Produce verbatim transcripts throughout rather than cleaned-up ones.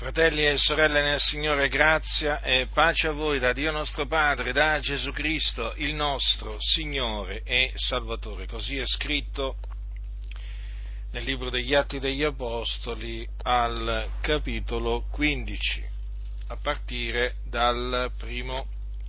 Fratelli e sorelle nel Signore, grazia e pace a voi da Dio nostro Padre, da Gesù Cristo, il nostro Signore e Salvatore. Così è scritto nel libro degli Atti degli Apostoli al capitolo quindici, a partire dal primo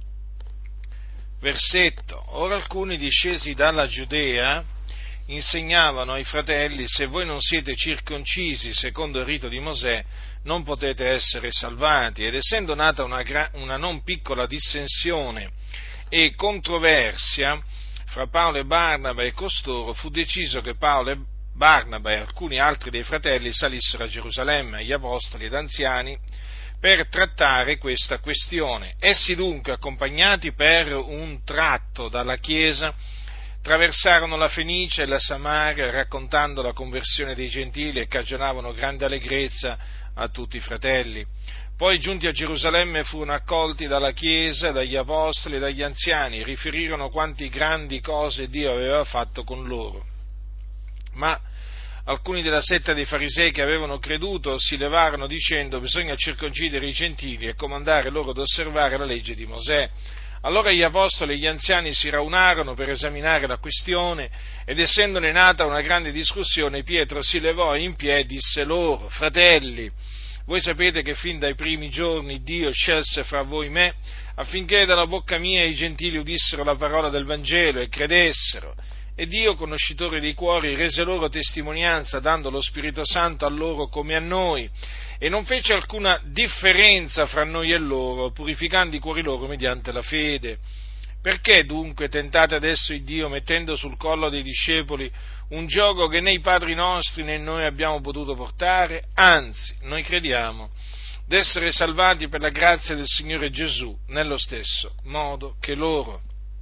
versetto. Ora alcuni discesi dalla Giudea insegnavano ai fratelli: se voi non siete circoncisi secondo il rito di Mosè, non potete essere salvati. Ed essendo nata una, gra- una non piccola dissensione e controversia fra Paolo e Barnaba e costoro, fu deciso che Paolo e Barnaba e alcuni altri dei fratelli salissero a Gerusalemme agli apostoli ed anziani per trattare questa questione. Essi dunque, accompagnati per un tratto dalla Chiesa, traversarono la Fenicia e la Samaria, raccontando la conversione dei gentili, e cagionavano grande allegrezza a tutti i fratelli. Poi, giunti a Gerusalemme, furono accolti dalla Chiesa, dagli apostoli e dagli anziani, e riferirono quanti grandi cose Dio aveva fatto con loro. Ma alcuni della setta dei farisei che avevano creduto si levarono dicendo: bisogna circoncidere i gentili e comandare loro ad osservare la legge di Mosè. Allora gli apostoli e gli anziani si raunarono per esaminare la questione, ed essendone nata una grande discussione, Pietro si levò in piedi e disse loro: fratelli, voi sapete che fin dai primi giorni Dio scelse fra voi me, affinché dalla bocca mia i gentili udissero la parola del Vangelo e credessero. E Dio, conoscitore dei cuori, rese loro testimonianza, dando lo Spirito Santo a loro come a noi, e non fece alcuna differenza fra noi e loro, purificando i cuori loro mediante la fede. Perché dunque tentate adesso il Dio, mettendo sul collo dei discepoli un giogo che né i padri nostri né noi abbiamo potuto portare? Anzi, noi crediamo d'essere salvati per la grazia del Signore Gesù, nello stesso modo che loro.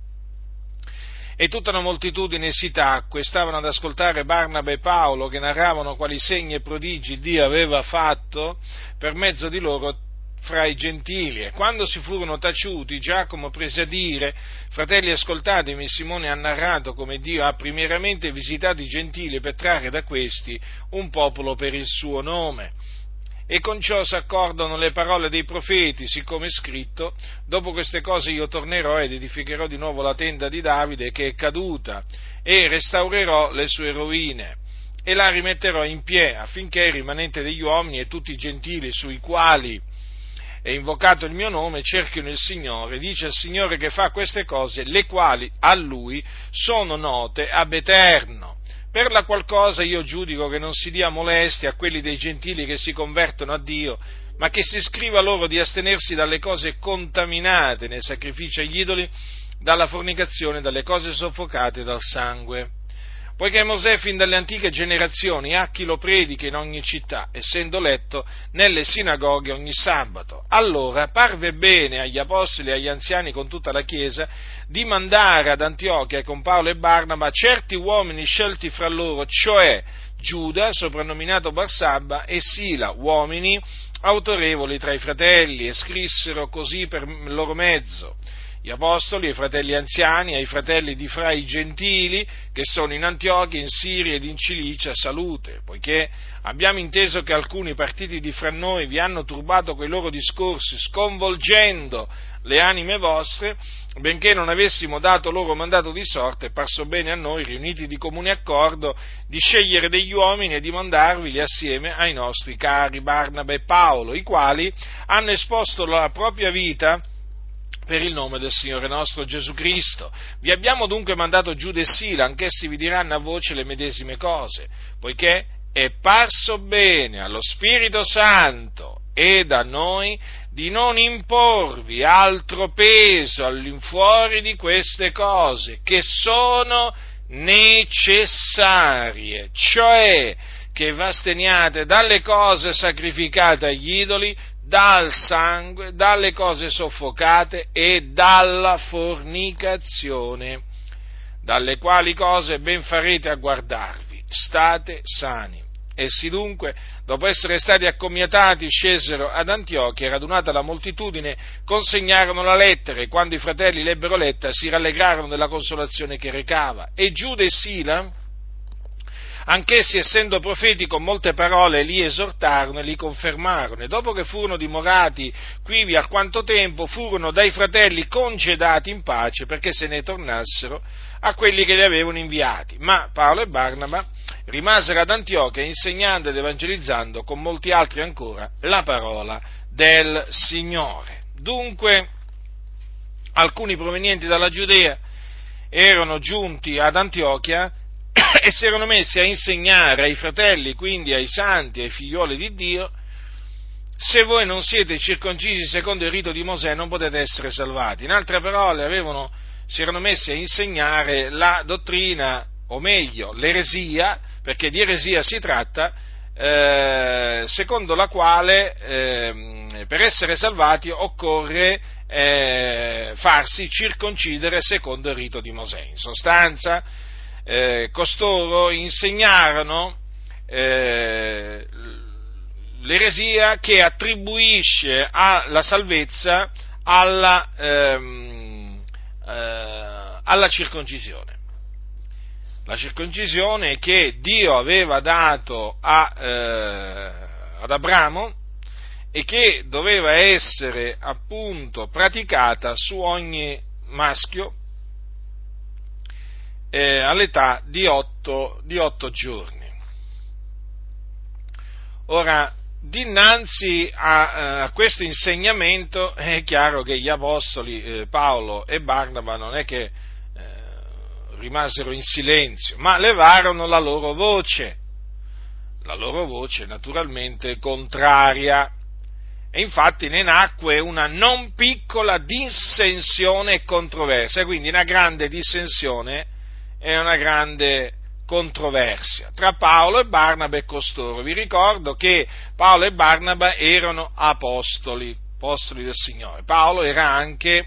E tutta una moltitudine si tacque, stavano ad ascoltare Barnaba e Paolo, che narravano quali segni e prodigi Dio aveva fatto per mezzo di loro fra i gentili. E quando si furono taciuti, Giacomo prese a dire: fratelli, ascoltatemi, Simone ha narrato come Dio ha primeramente visitato i gentili per trarre da questi un popolo per il suo nome. E con ciò s'accordano le parole dei profeti, siccome è scritto: dopo queste cose io tornerò ed edificherò di nuovo la tenda di Davide che è caduta, e restaurerò le sue rovine, e la rimetterò in piedi, affinché il rimanente degli uomini e tutti i gentili sui quali è invocato il mio nome cerchino il Signore. Dice il Signore che fa queste cose, le quali a Lui sono note ab eterno. Per la qual cosa io giudico che non si dia molestia a quelli dei gentili che si convertono a Dio, ma che si scriva loro di astenersi dalle cose contaminate nei sacrifici agli idoli, dalla fornicazione, dalle cose soffocate e dal sangue. Poiché Mosè fin dalle antiche generazioni ha chi lo predica in ogni città, essendo letto nelle sinagoghe ogni sabato. Allora parve bene agli apostoli e agli anziani con tutta la Chiesa di mandare ad Antiochia con Paolo e Barnaba certi uomini scelti fra loro, cioè Giuda, soprannominato Barsabba, e Sila, uomini autorevoli tra i fratelli, e scrissero così per loro mezzo: gli apostoli, ai fratelli anziani, ai fratelli di fra i gentili che sono in Antiochia, in Siria ed in Cilicia, salute, poiché abbiamo inteso che alcuni partiti di fra noi vi hanno turbato coi loro discorsi, sconvolgendo le anime vostre, benché non avessimo dato loro mandato di sorte, è parso bene a noi, riuniti di comune accordo, di scegliere degli uomini e di mandarvili assieme ai nostri cari Barnaba e Paolo, i quali hanno esposto la propria vita per il nome del Signore nostro Gesù Cristo. Vi abbiamo dunque mandato Giuda e Sila, anch'essi vi diranno a voce le medesime cose, poiché è parso bene allo Spirito Santo e a noi di non imporvi altro peso all'infuori di queste cose, che sono necessarie, cioè che v'asteniate dalle cose sacrificate agli idoli, dal sangue, dalle cose soffocate e dalla fornicazione, dalle quali cose ben farete a guardarvi. State sani. Essi dunque, dopo essere stati accomiatati, scesero ad Antiochia, e radunata la moltitudine consegnarono la lettera, e quando i fratelli l'ebbero letta si rallegrarono della consolazione che recava. E Giuda e Sila, Anch'essi, essendo profeti, con molte parole li esortarono e li confermarono, e dopo che furono dimorati quivi alquanto tempo, furono dai fratelli congedati in pace perché se ne tornassero a quelli che li avevano inviati. Ma Paolo e Barnaba rimasero ad Antiochia, insegnando ed evangelizzando con molti altri ancora la parola del Signore. Dunque, alcuni provenienti dalla Giudea erano giunti ad Antiochia e si erano messi a insegnare ai fratelli, quindi ai santi, ai figlioli di Dio: se voi non siete circoncisi secondo il rito di Mosè non potete essere salvati. In altre parole, avevano, si erano messi a insegnare la dottrina, o meglio, l'eresia, perché di eresia si tratta, eh, secondo la quale eh, per essere salvati occorre eh, farsi circoncidere secondo il rito di Mosè. In sostanza, eh, costoro insegnarono eh, l'eresia che attribuisce alla salvezza alla, ehm, eh, alla circoncisione. La circoncisione che Dio aveva dato a, eh, ad Abramo e che doveva essere appunto praticata su ogni maschio eh, all'età di otto, di otto giorni. Ora, dinanzi a, a questo insegnamento è chiaro che gli apostoli eh, Paolo e Barnaba non è che rimasero in silenzio, ma levarono la loro voce, la loro voce naturalmente contraria, e infatti ne nacque una non piccola dissensione e controversia, quindi una grande dissensione e una grande controversia tra Paolo e Barnaba e costoro. Vi ricordo che Paolo e Barnaba erano apostoli, apostoli del Signore. Paolo era anche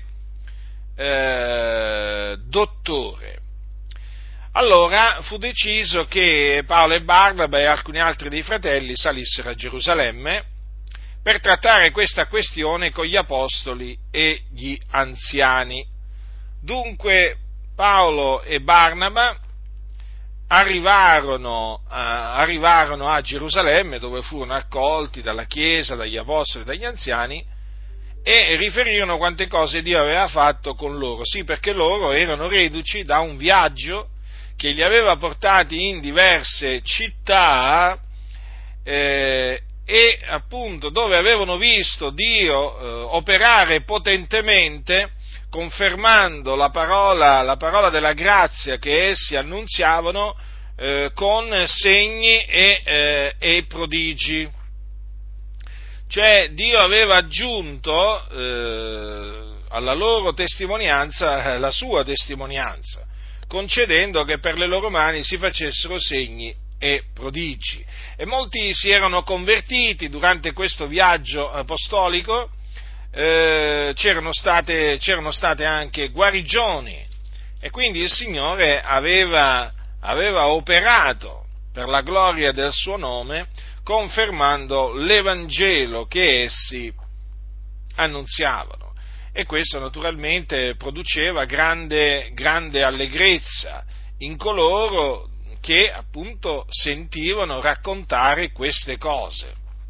eh, dottore. Allora fu deciso che Paolo e Barnaba e alcuni altri dei fratelli salissero a Gerusalemme per trattare questa questione con gli apostoli e gli anziani. Dunque Paolo e Barnaba arrivarono, uh, arrivarono a Gerusalemme, dove furono accolti dalla Chiesa, dagli apostoli e dagli anziani, e riferirono quante cose Dio aveva fatto con loro. Sì, perché loro erano reduci da un viaggio che li aveva portati in diverse città eh, e appunto dove avevano visto Dio eh, operare potentemente, confermando la parola, la parola della grazia che essi annunziavano eh, con segni e, eh, e prodigi. Cioè Dio aveva aggiunto eh, alla loro testimonianza la sua testimonianza, concedendo che per le loro mani si facessero segni e prodigi. E molti si erano convertiti durante questo viaggio apostolico, eh, c'erano state, c'erano state anche guarigioni, e quindi il Signore aveva, aveva operato per la gloria del suo nome, confermando l'Evangelo che essi annunziavano. E questo naturalmente produceva grande, grande allegrezza in coloro che appunto sentivano raccontare queste cose.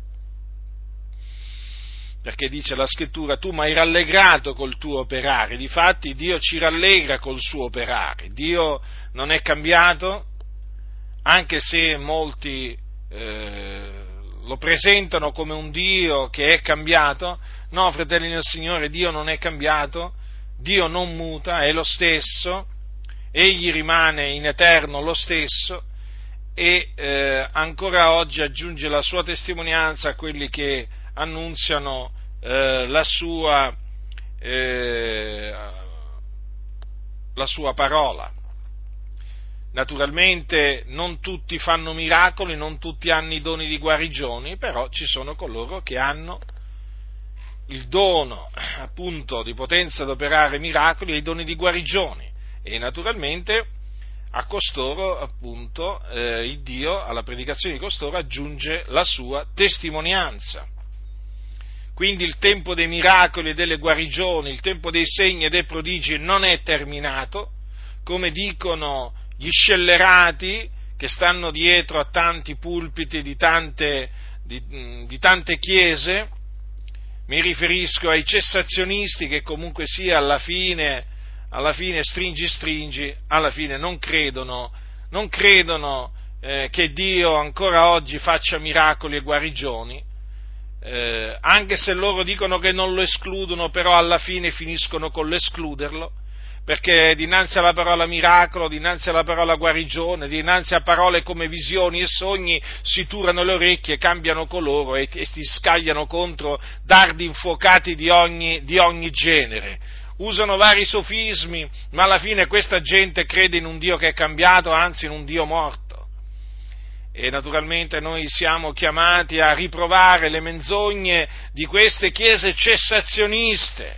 Perché dice la Scrittura: tu mi hai rallegrato col tuo operare. Difatti Dio ci rallegra col suo operare. Dio non è cambiato, anche se molti eh, lo presentano come un Dio che è cambiato. No, fratelli nel Signore, Dio non è cambiato, Dio non muta, è lo stesso, Egli rimane in eterno lo stesso e eh, ancora oggi aggiunge la sua testimonianza a quelli che annunziano eh, la sua eh, la sua parola. Naturalmente non tutti fanno miracoli, non tutti hanno i doni di guarigioni, però ci sono coloro che hanno il dono appunto di potenza ad operare miracoli e i doni di guarigioni, e naturalmente a costoro appunto eh, il Dio, alla predicazione di costoro, aggiunge la sua testimonianza. Quindi il tempo dei miracoli e delle guarigioni, il tempo dei segni e dei prodigi non è terminato, come dicono gli scellerati che stanno dietro a tanti pulpiti di tante, di, di tante chiese, mi riferisco ai cessazionisti che comunque sia alla fine, alla fine stringi stringi, alla fine non credono, non credono eh, che Dio ancora oggi faccia miracoli e guarigioni, eh, anche se loro dicono che non lo escludono, però alla fine finiscono con l'escluderlo, perché dinanzi alla parola miracolo, dinanzi alla parola guarigione, dinanzi a parole come visioni e sogni, si turano le orecchie, cambiano colore e, e si scagliano contro dardi infuocati di ogni, di ogni genere. Usano vari sofismi, ma alla fine questa gente crede in un Dio che è cambiato, anzi in un Dio morto. E naturalmente noi siamo chiamati a riprovare le menzogne di queste chiese cessazioniste,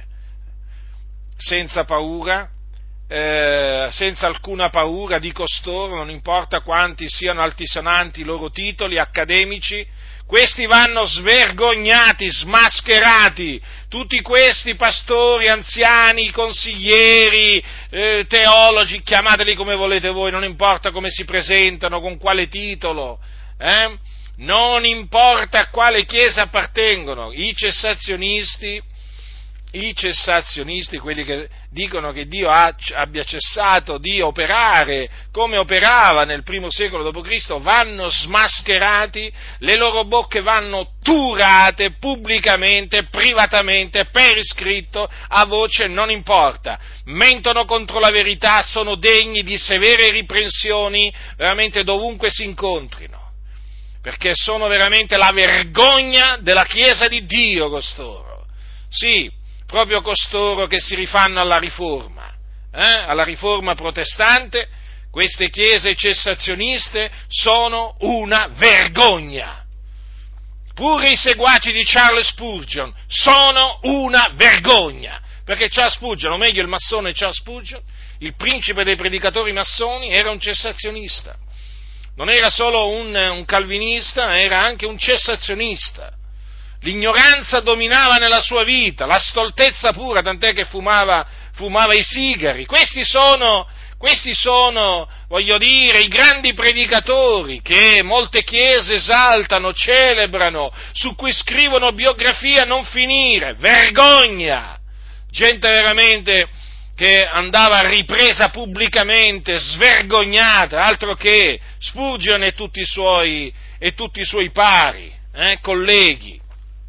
senza paura, Eh, senza alcuna paura di costoro, non importa quanti siano altisonanti i loro titoli accademici, questi vanno svergognati, smascherati, tutti questi pastori, anziani, consiglieri, eh, teologi, chiamateli come volete voi, non importa come si presentano, con quale titolo, eh? Non importa a quale chiesa appartengono, i cessazionisti, I cessazionisti, quelli che dicono che Dio ha, abbia cessato di operare come operava nel primo secolo dopo Cristo, vanno smascherati, le loro bocche vanno turate pubblicamente, privatamente, per iscritto, a voce, non importa, mentono contro la verità, sono degni di severe riprensioni veramente dovunque si incontrino, perché sono veramente la vergogna della Chiesa di Dio costoro, sì, proprio costoro che si rifanno alla riforma, eh? alla riforma protestante, queste chiese cessazioniste sono una vergogna. Pure i seguaci di Charles Spurgeon sono una vergogna, perché Charles Spurgeon, o meglio il massone Charles Spurgeon, il principe dei predicatori massoni, era un cessazionista. Non era solo un, un calvinista, era anche un cessazionista. L'ignoranza dominava nella sua vita, la stoltezza pura, tant'è che fumava, fumava i sigari. Questi sono, questi sono, voglio dire, i grandi predicatori che molte chiese esaltano, celebrano, su cui scrivono biografie a non finire. Vergogna! Gente veramente che andava ripresa pubblicamente, svergognata, altro che Spurgeon e tutti i suoi, e tutti i suoi pari, eh, colleghi.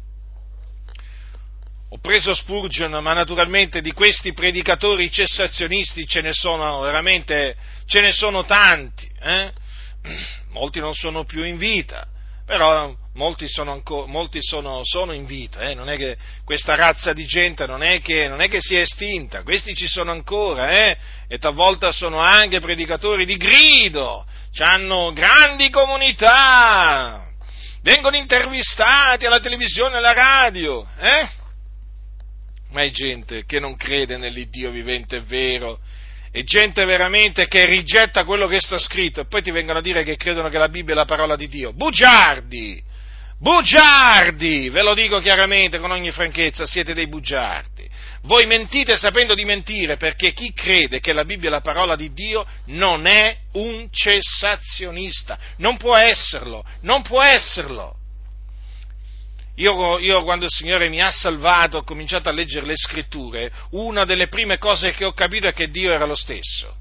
Ho preso Spurgeon, ma naturalmente di questi predicatori cessazionisti ce ne sono veramente, ce ne sono tanti, eh? Molti non sono più in vita, però molti sono, ancora, molti sono, sono in vita, eh? Non è che questa razza di gente non è che, non è che si è estinta, questi ci sono ancora, eh? E talvolta sono anche predicatori di grido, hanno grandi comunità, vengono intervistati alla televisione e alla radio, eh? Ma è gente che non crede nell'Iddio vivente e vero, è gente veramente che rigetta quello che sta scritto, e poi ti vengono a dire che credono che la Bibbia è la parola di Dio. Bugiardi! Bugiardi! Ve lo dico chiaramente, con ogni franchezza, siete dei bugiardi. Voi mentite sapendo di mentire, perché chi crede che la Bibbia è la parola di Dio non è un cessazionista, non può esserlo, non può esserlo. Io, io quando il Signore mi ha salvato, ho cominciato a leggere le Scritture, una delle prime cose che ho capito è che Dio era lo stesso.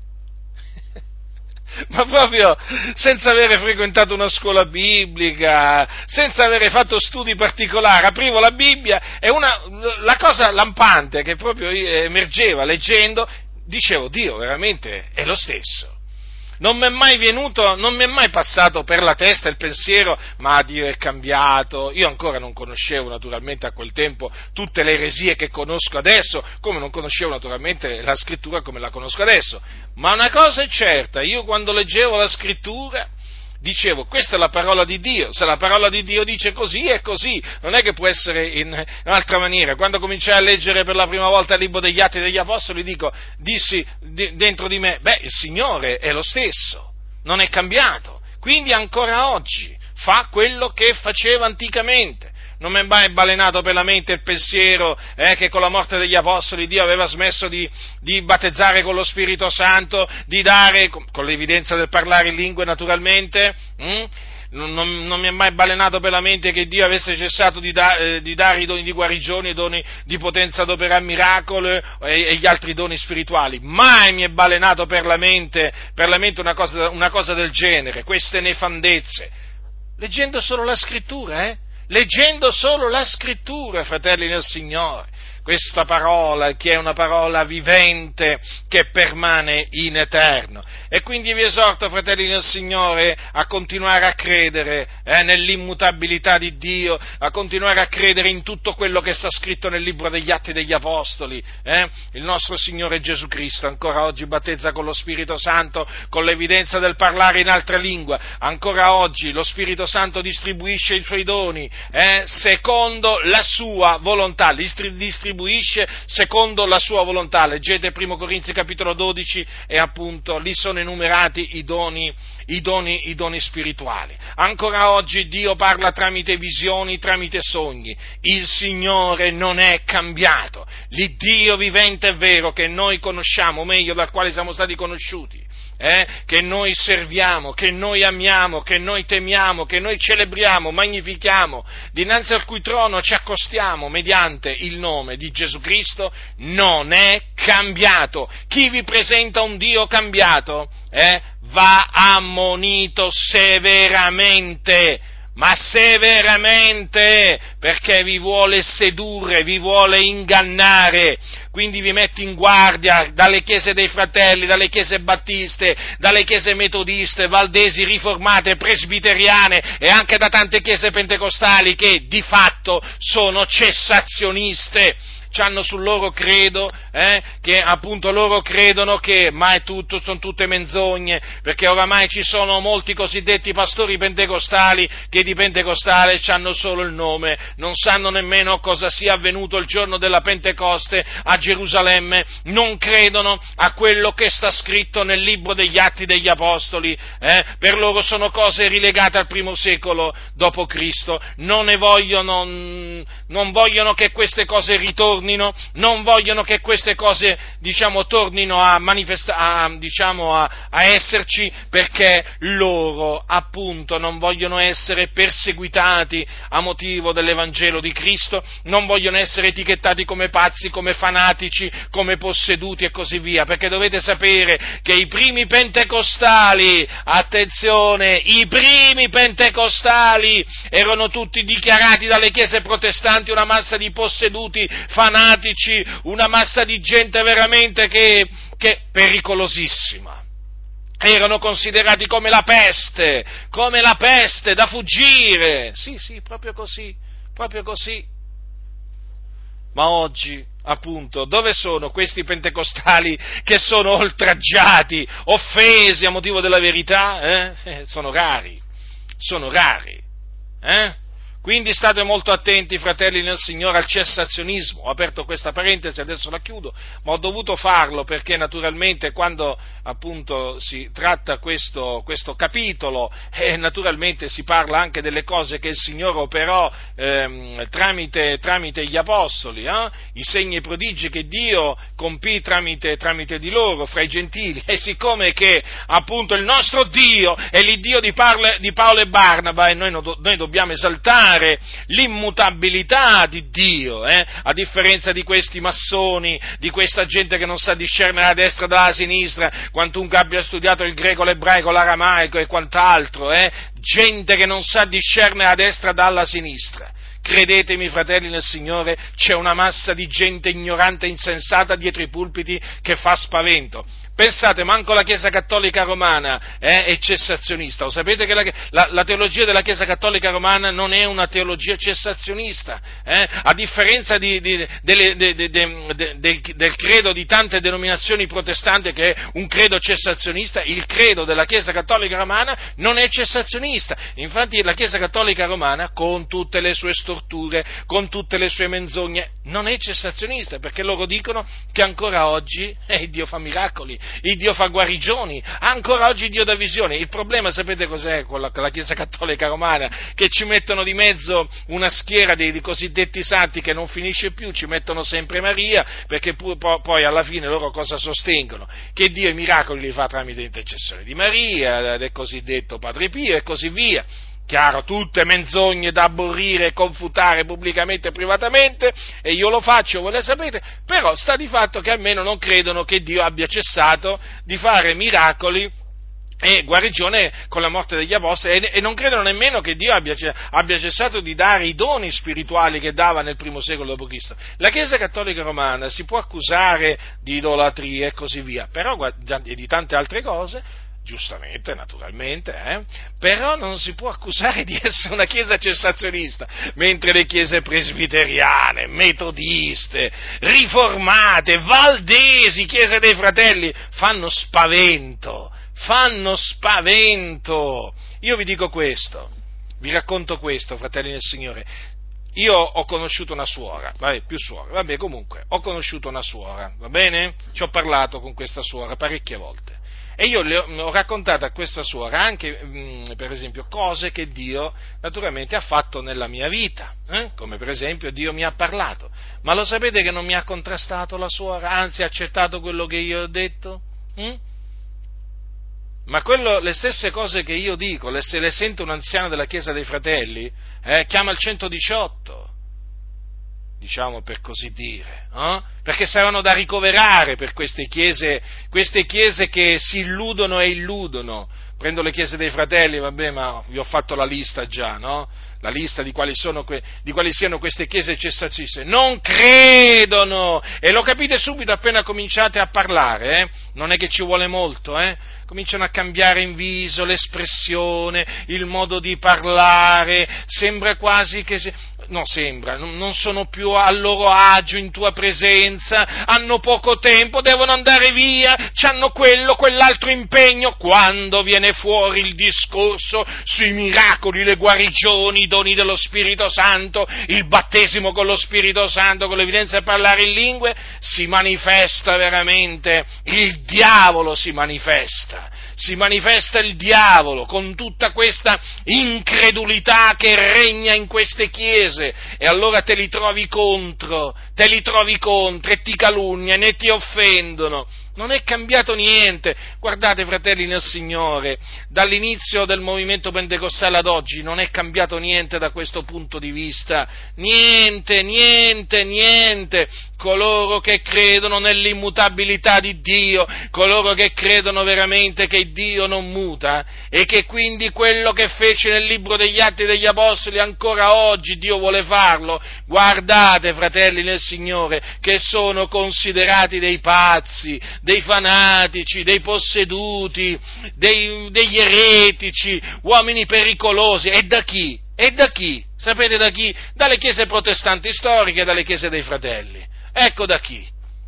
Ma proprio senza avere frequentato una scuola biblica, senza avere fatto studi particolari, aprivo la Bibbia e una, la cosa lampante che proprio emergeva leggendo, dicevo, Dio veramente è lo stesso. Non mi è mai venuto, non mi è mai passato per la testa il pensiero, ma Dio è cambiato. Io ancora non conoscevo naturalmente a quel tempo tutte le eresie che conosco adesso, come non conoscevo naturalmente la Scrittura come la conosco adesso. Ma una cosa è certa, io quando leggevo la Scrittura dicevo, questa è la parola di Dio, se la parola di Dio dice così è così, non è che può essere in, in un'altra maniera. Quando cominciai a leggere per la prima volta il libro degli Atti degli Apostoli, dico, dissi di, dentro di me, beh, il Signore è lo stesso, non è cambiato, quindi ancora oggi fa quello che faceva anticamente, non mi è mai balenato per la mente il pensiero eh, che con la morte degli apostoli Dio aveva smesso di, di battezzare con lo Spirito Santo, di dare, con l'evidenza del parlare in lingue naturalmente, hm? Non, non, non mi è mai balenato per la mente che Dio avesse cessato di, da, eh, di dare i doni di guarigione, i doni di potenza ad operare miracoli e, e gli altri doni spirituali. Mai mi è balenato per la mente, per la mente una cosa, una cosa del genere, queste nefandezze. Leggendo solo la Scrittura, eh? Leggendo solo la Scrittura, fratelli nel Signore. Questa parola che è una parola vivente che permane in eterno. E quindi vi esorto, fratelli nel Signore, a continuare a credere eh, nell'immutabilità di Dio, a continuare a credere in tutto quello che sta scritto nel libro degli Atti degli Apostoli. Eh? Il nostro Signore Gesù Cristo ancora oggi battezza con lo Spirito Santo, con l'evidenza del parlare in altra lingua. Ancora oggi lo Spirito Santo distribuisce i suoi doni eh, secondo la sua volontà, li distribuisce secondo la sua volontà. Leggete primo Corinzi capitolo dodici e appunto lì sono enumerati i doni, i doni, i doni spirituali. Ancora oggi Dio parla tramite visioni, tramite sogni. Il Signore non è cambiato. L'Iddio vivente è vero che noi conosciamo, o meglio dal quale siamo stati conosciuti, eh, che noi serviamo, che noi amiamo, che noi temiamo, che noi celebriamo, magnifichiamo, dinanzi al cui trono ci accostiamo mediante il nome di Gesù Cristo, non è cambiato. Chi vi presenta un Dio cambiato eh, va ammonito severamente, ma severamente, perché vi vuole sedurre, vi vuole ingannare. Quindi vi metto in guardia dalle chiese dei fratelli, dalle chiese battiste, dalle chiese metodiste, valdesi, riformate, presbiteriane e anche da tante chiese pentecostali che di fatto sono cessazioniste. C'hanno sul loro credo, eh, che appunto loro credono che, ma è tutto, sono tutte menzogne, perché oramai ci sono molti cosiddetti pastori pentecostali che di pentecostale c'hanno solo il nome, non sanno nemmeno cosa sia avvenuto il giorno della Pentecoste a Gerusalemme, non credono a quello che sta scritto nel libro degli Atti degli Apostoli, eh, per loro sono cose rilegate al primo secolo dopo Cristo, non ne vogliono, non vogliono che queste cose ritornino, non vogliono che queste cose, diciamo, tornino a manifestare, diciamo, a, a esserci, perché loro, appunto, non vogliono essere perseguitati a motivo dell'Evangelo di Cristo, non vogliono essere etichettati come pazzi, come fanatici, come posseduti e così via, perché dovete sapere che i primi pentecostali, attenzione, i primi pentecostali erano tutti dichiarati dalle chiese protestanti una massa di posseduti, fanatici, fanatici, una massa di gente veramente che, che pericolosissima. Erano considerati come la peste, come la peste da fuggire. Sì, sì, proprio così, proprio così. Ma oggi, appunto, dove sono questi pentecostali che sono oltraggiati, offesi a motivo della verità? Eh? Eh, sono rari, sono rari, eh? Quindi state molto attenti, fratelli nel Signore, al cessazionismo. Ho aperto questa parentesi, adesso la chiudo, ma ho dovuto farlo perché naturalmente quando appunto si tratta questo, questo capitolo, eh, naturalmente si parla anche delle cose che il Signore operò ehm, tramite, tramite gli apostoli, eh? I segni e i prodigi che Dio compì tramite, tramite di loro, fra i gentili, e siccome che appunto il nostro Dio è l'Iddio di, Parle, di Paolo e Barnaba, e noi, noi dobbiamo esaltare l'immutabilità di Dio, eh? A differenza di questi massoni, di questa gente che non sa discernere la destra dalla sinistra, quantunque abbia studiato il greco, l'ebraico, l'aramaico e quant'altro, eh? Gente che non sa discernere la destra dalla sinistra. Credetemi, fratelli nel Signore, c'è una massa di gente ignorante e insensata dietro i pulpiti che fa spavento. Pensate, manco la Chiesa Cattolica Romana eh, è cessazionista. Lo sapete che la, la, la teologia della Chiesa Cattolica Romana non è una teologia cessazionista, eh? A differenza di, di, delle, de, de, de, de, del, del credo di tante denominazioni protestanti che è un credo cessazionista, il credo della Chiesa Cattolica Romana non è cessazionista. Infatti la Chiesa Cattolica Romana, con tutte le sue storture, con tutte le sue menzogne, non è cessazionista, perché loro dicono che ancora oggi eh, Dio fa miracoli, il Dio fa guarigioni, ancora oggi Dio dà visioni. Il problema, sapete cos'è con la, con la Chiesa Cattolica Romana? Che ci mettono di mezzo una schiera dei, di cosiddetti santi che non finisce più, ci mettono sempre Maria, perché pu- po- poi alla fine loro cosa sostengono? Che Dio i miracoli li fa tramite l'intercessione di Maria, del cosiddetto Padre Pio e così via. Chiaro, tutte menzogne da aborrire e confutare pubblicamente e privatamente, e io lo faccio, voi le sapete, però sta di fatto che almeno non credono che Dio abbia cessato di fare miracoli e guarigione con la morte degli apostoli, e, e non credono nemmeno che Dio abbia, abbia cessato di dare i doni spirituali che dava nel primo secolo dopo Cristo. La Chiesa Cattolica Romana si può accusare di idolatria e così via, però e di tante altre cose, giustamente, naturalmente, eh? Però non si può accusare di essere una chiesa cessazionista, mentre le chiese presbiteriane, metodiste, riformate, valdesi, chiese dei fratelli, fanno spavento, fanno spavento. Io vi dico questo, vi racconto questo, fratelli nel Signore. Io ho conosciuto una suora, vabbè, più suore, vabbè, comunque, ho conosciuto una suora, va bene? Ci ho parlato con questa suora parecchie volte. E io le ho, ho raccontato a questa suora anche, mh, per esempio, cose che Dio naturalmente ha fatto nella mia vita, eh? Come per esempio Dio mi ha parlato. Ma lo sapete che non mi ha contrastato la suora, anzi ha accettato quello che io ho detto? Hm? Ma quello, le stesse cose che io dico, le, se le sente un anziano della Chiesa dei Fratelli, eh, chiama il centodiciotto. Diciamo per così dire, eh? Perché saranno da ricoverare per queste chiese, queste chiese che si illudono e illudono. Prendo le chiese dei fratelli, vabbè, ma vi ho fatto la lista già, no? La lista di quali, sono que- di quali siano queste chiese cessazioniste. Non credono! E lo capite subito appena cominciate a parlare, eh? Non è che ci vuole molto, eh? Cominciano a cambiare in viso l'espressione, il modo di parlare, sembra quasi che... Si... No, sembra, non sono più a loro agio in tua presenza, hanno poco tempo, devono andare via, c'hanno quello, quell'altro impegno. Quando viene fuori il discorso sui miracoli, le guarigioni, i doni dello Spirito Santo, il battesimo con lo Spirito Santo, con l'evidenza di parlare in lingue, si manifesta veramente, il diavolo si manifesta, si manifesta il diavolo con tutta questa incredulità che regna in queste chiese. E allora te li trovi contro, te li trovi contro e ti calunniano e ti offendono. Non è cambiato niente. Guardate, fratelli nel Signore, dall'inizio del movimento pentecostale ad oggi non è cambiato niente da questo punto di vista. Niente, niente, niente. Coloro che credono nell'immutabilità di Dio, coloro che credono veramente che Dio non muta e che quindi quello che fece nel libro degli Atti degli Apostoli ancora oggi Dio vuole farlo, guardate, fratelli nel Signore, che sono considerati dei pazzi, dei fanatici, dei posseduti, dei, degli eretici, uomini pericolosi. E da chi? E da chi? Sapete da chi? Dalle chiese protestanti storiche e dalle chiese dei fratelli. Ecco da chi.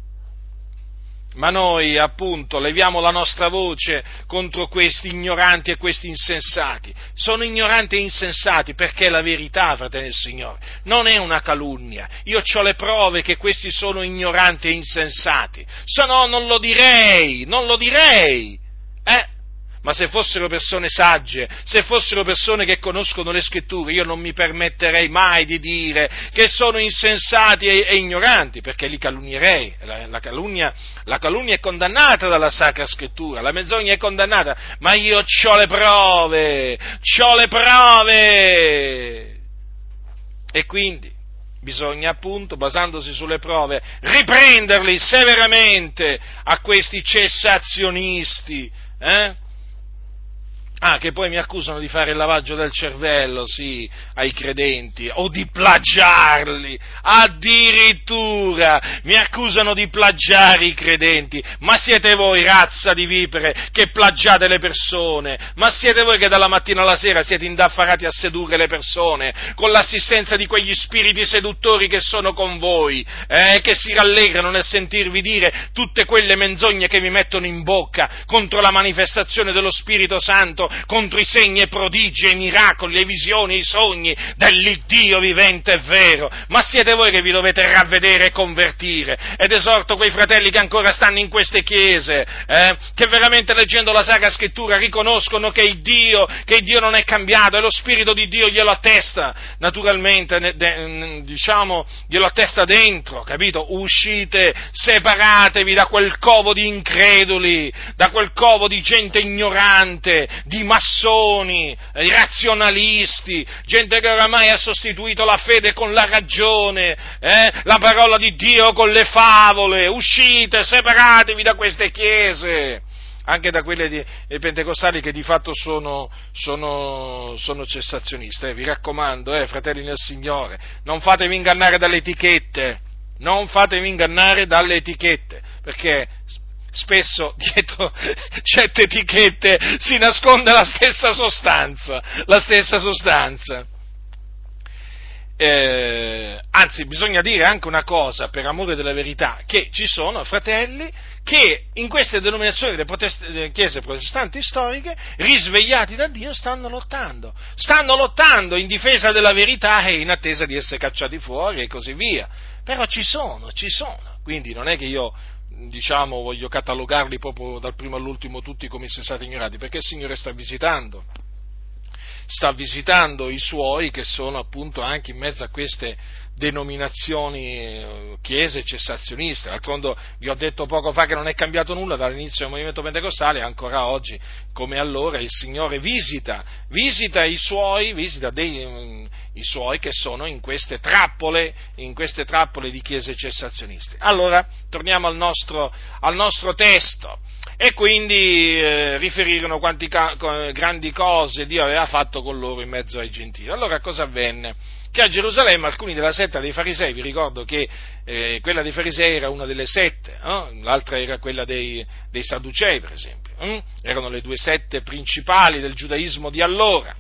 Ma noi, appunto, leviamo la nostra voce contro questi ignoranti e questi insensati. Sono ignoranti e insensati perché è la verità, fratelli del Signore, non è una calunnia. Io ho le prove che questi sono ignoranti e insensati, se no non lo direi, non lo direi, eh? Ma se fossero persone sagge, se fossero persone che conoscono le Scritture, io non mi permetterei mai di dire che sono insensati e, e ignoranti, perché li calunnerei. La, la, calunnia, la calunnia è condannata dalla Sacra Scrittura, la menzogna è condannata, ma io c'ho le prove, c'ho le prove! E quindi bisogna appunto, basandosi sulle prove, riprenderli severamente a questi cessazionisti, eh? Ah, che poi mi accusano di fare il lavaggio del cervello, sì, ai credenti, o di plagiarli, addirittura mi accusano di plagiare i credenti. Ma siete voi, razza di vipere, che plagiate le persone? Ma siete voi che dalla mattina alla sera siete indaffarati a sedurre le persone, con l'assistenza di quegli spiriti seduttori che sono con voi, eh, che si rallegrano nel sentirvi dire tutte quelle menzogne che vi mettono in bocca contro la manifestazione dello Spirito Santo contro i segni e prodigi e i miracoli, le visioni e i sogni dell'Iddio vivente e vero. Ma siete voi che vi dovete ravvedere e convertire. Ed esorto quei fratelli che ancora stanno in queste chiese, eh, che veramente leggendo la Sacra Scrittura riconoscono che il Dio, che il Dio non è cambiato e lo Spirito di Dio glielo attesta, naturalmente, ne, de, diciamo, glielo attesta dentro, capito? Uscite, separatevi da quel covo di increduli, da quel covo di gente ignorante, di massoni, di razionalisti, gente che oramai ha sostituito la fede con la ragione, eh, la parola di Dio con le favole. Uscite, separatevi da queste chiese, anche da quelle di, dei pentecostali che di fatto sono, sono, sono cessazioniste. Eh, vi raccomando, eh, fratelli nel Signore, non fatevi ingannare dalle etichette, non fatevi ingannare dalle etichette, perché spesso dietro certe etichette si nasconde la stessa sostanza, la stessa sostanza. Eh, anzi, bisogna dire anche una cosa, per amore della verità, che ci sono fratelli che in queste denominazioni delle, protest- delle chiese protestanti storiche, risvegliati da Dio, stanno lottando, stanno lottando in difesa della verità e in attesa di essere cacciati fuori e così via. Però ci sono, ci sono, quindi non è che io, diciamo, voglio catalogarli proprio dal primo all'ultimo tutti come se stati ignorati, perché il Signore sta visitando. sta visitando i suoi che sono appunto anche in mezzo a queste denominazioni, chiese cessazioniste. D'altronde vi ho detto poco fa che non è cambiato nulla dall'inizio del movimento pentecostale, ancora oggi come allora il Signore visita, visita i suoi, visita dei, i suoi che sono in queste trappole, in queste trappole di chiese cessazioniste. Allora, torniamo al nostro, al nostro testo. E quindi eh, riferirono quanti ca- grandi cose Dio aveva fatto con loro in mezzo ai gentili. Allora cosa avvenne? Che a Gerusalemme alcuni della setta dei farisei, vi ricordo che eh, quella dei farisei era una delle sette, no? L'altra era quella dei, dei Sadducei, per esempio, hm? Erano le due sette principali del giudaismo di allora.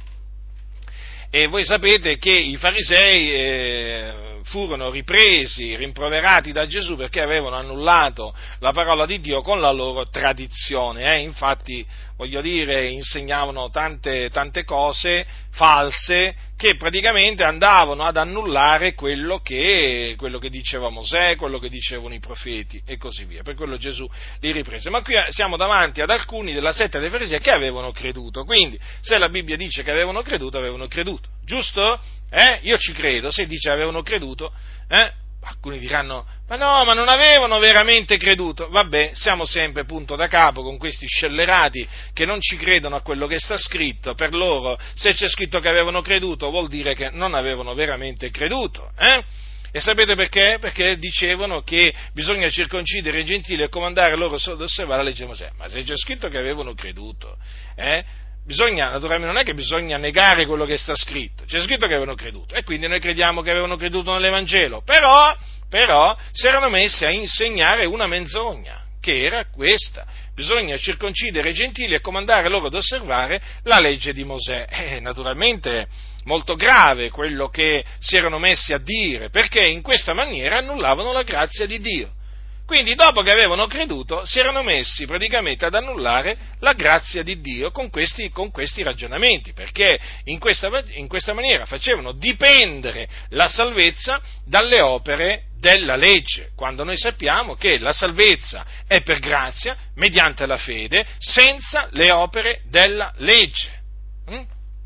E voi sapete che i farisei eh, furono ripresi, rimproverati da Gesù perché avevano annullato la parola di Dio con la loro tradizione. Eh? Infatti, voglio dire, insegnavano tante, tante cose false che praticamente andavano ad annullare quello che, quello che diceva Mosè, quello che dicevano i profeti e così via. Per quello Gesù li riprese. Ma qui siamo davanti ad alcuni della setta dei farisei che avevano creduto. Quindi, se la Bibbia dice che avevano creduto, avevano creduto. Giusto? Eh? Io ci credo. Se dice avevano creduto, eh? Alcuni diranno, ma no, ma non avevano veramente creduto. Vabbè, siamo sempre punto da capo con questi scellerati che non ci credono a quello che sta scritto. Per loro, se c'è scritto che avevano creduto, vuol dire che non avevano veramente creduto, eh? E sapete perché? Perché dicevano che bisogna circoncidere i gentili e comandare loro ad osservare la legge di Mosè. Ma se c'è scritto che avevano creduto, eh? Bisogna, naturalmente non è che bisogna negare quello che sta scritto, c'è scritto che avevano creduto e quindi noi crediamo che avevano creduto nell'Evangelo, però, però si erano messi a insegnare una menzogna, che era questa: bisogna circoncidere i gentili e comandare loro ad osservare la legge di Mosè. Eh, naturalmente molto grave quello che si erano messi a dire, perché in questa maniera annullavano la grazia di Dio. Quindi dopo che avevano creduto si erano messi praticamente ad annullare la grazia di Dio con questi, con questi ragionamenti, perché in questa, in questa maniera facevano dipendere la salvezza dalle opere della legge, quando noi sappiamo che la salvezza è per grazia, mediante la fede, senza le opere della legge. Mm?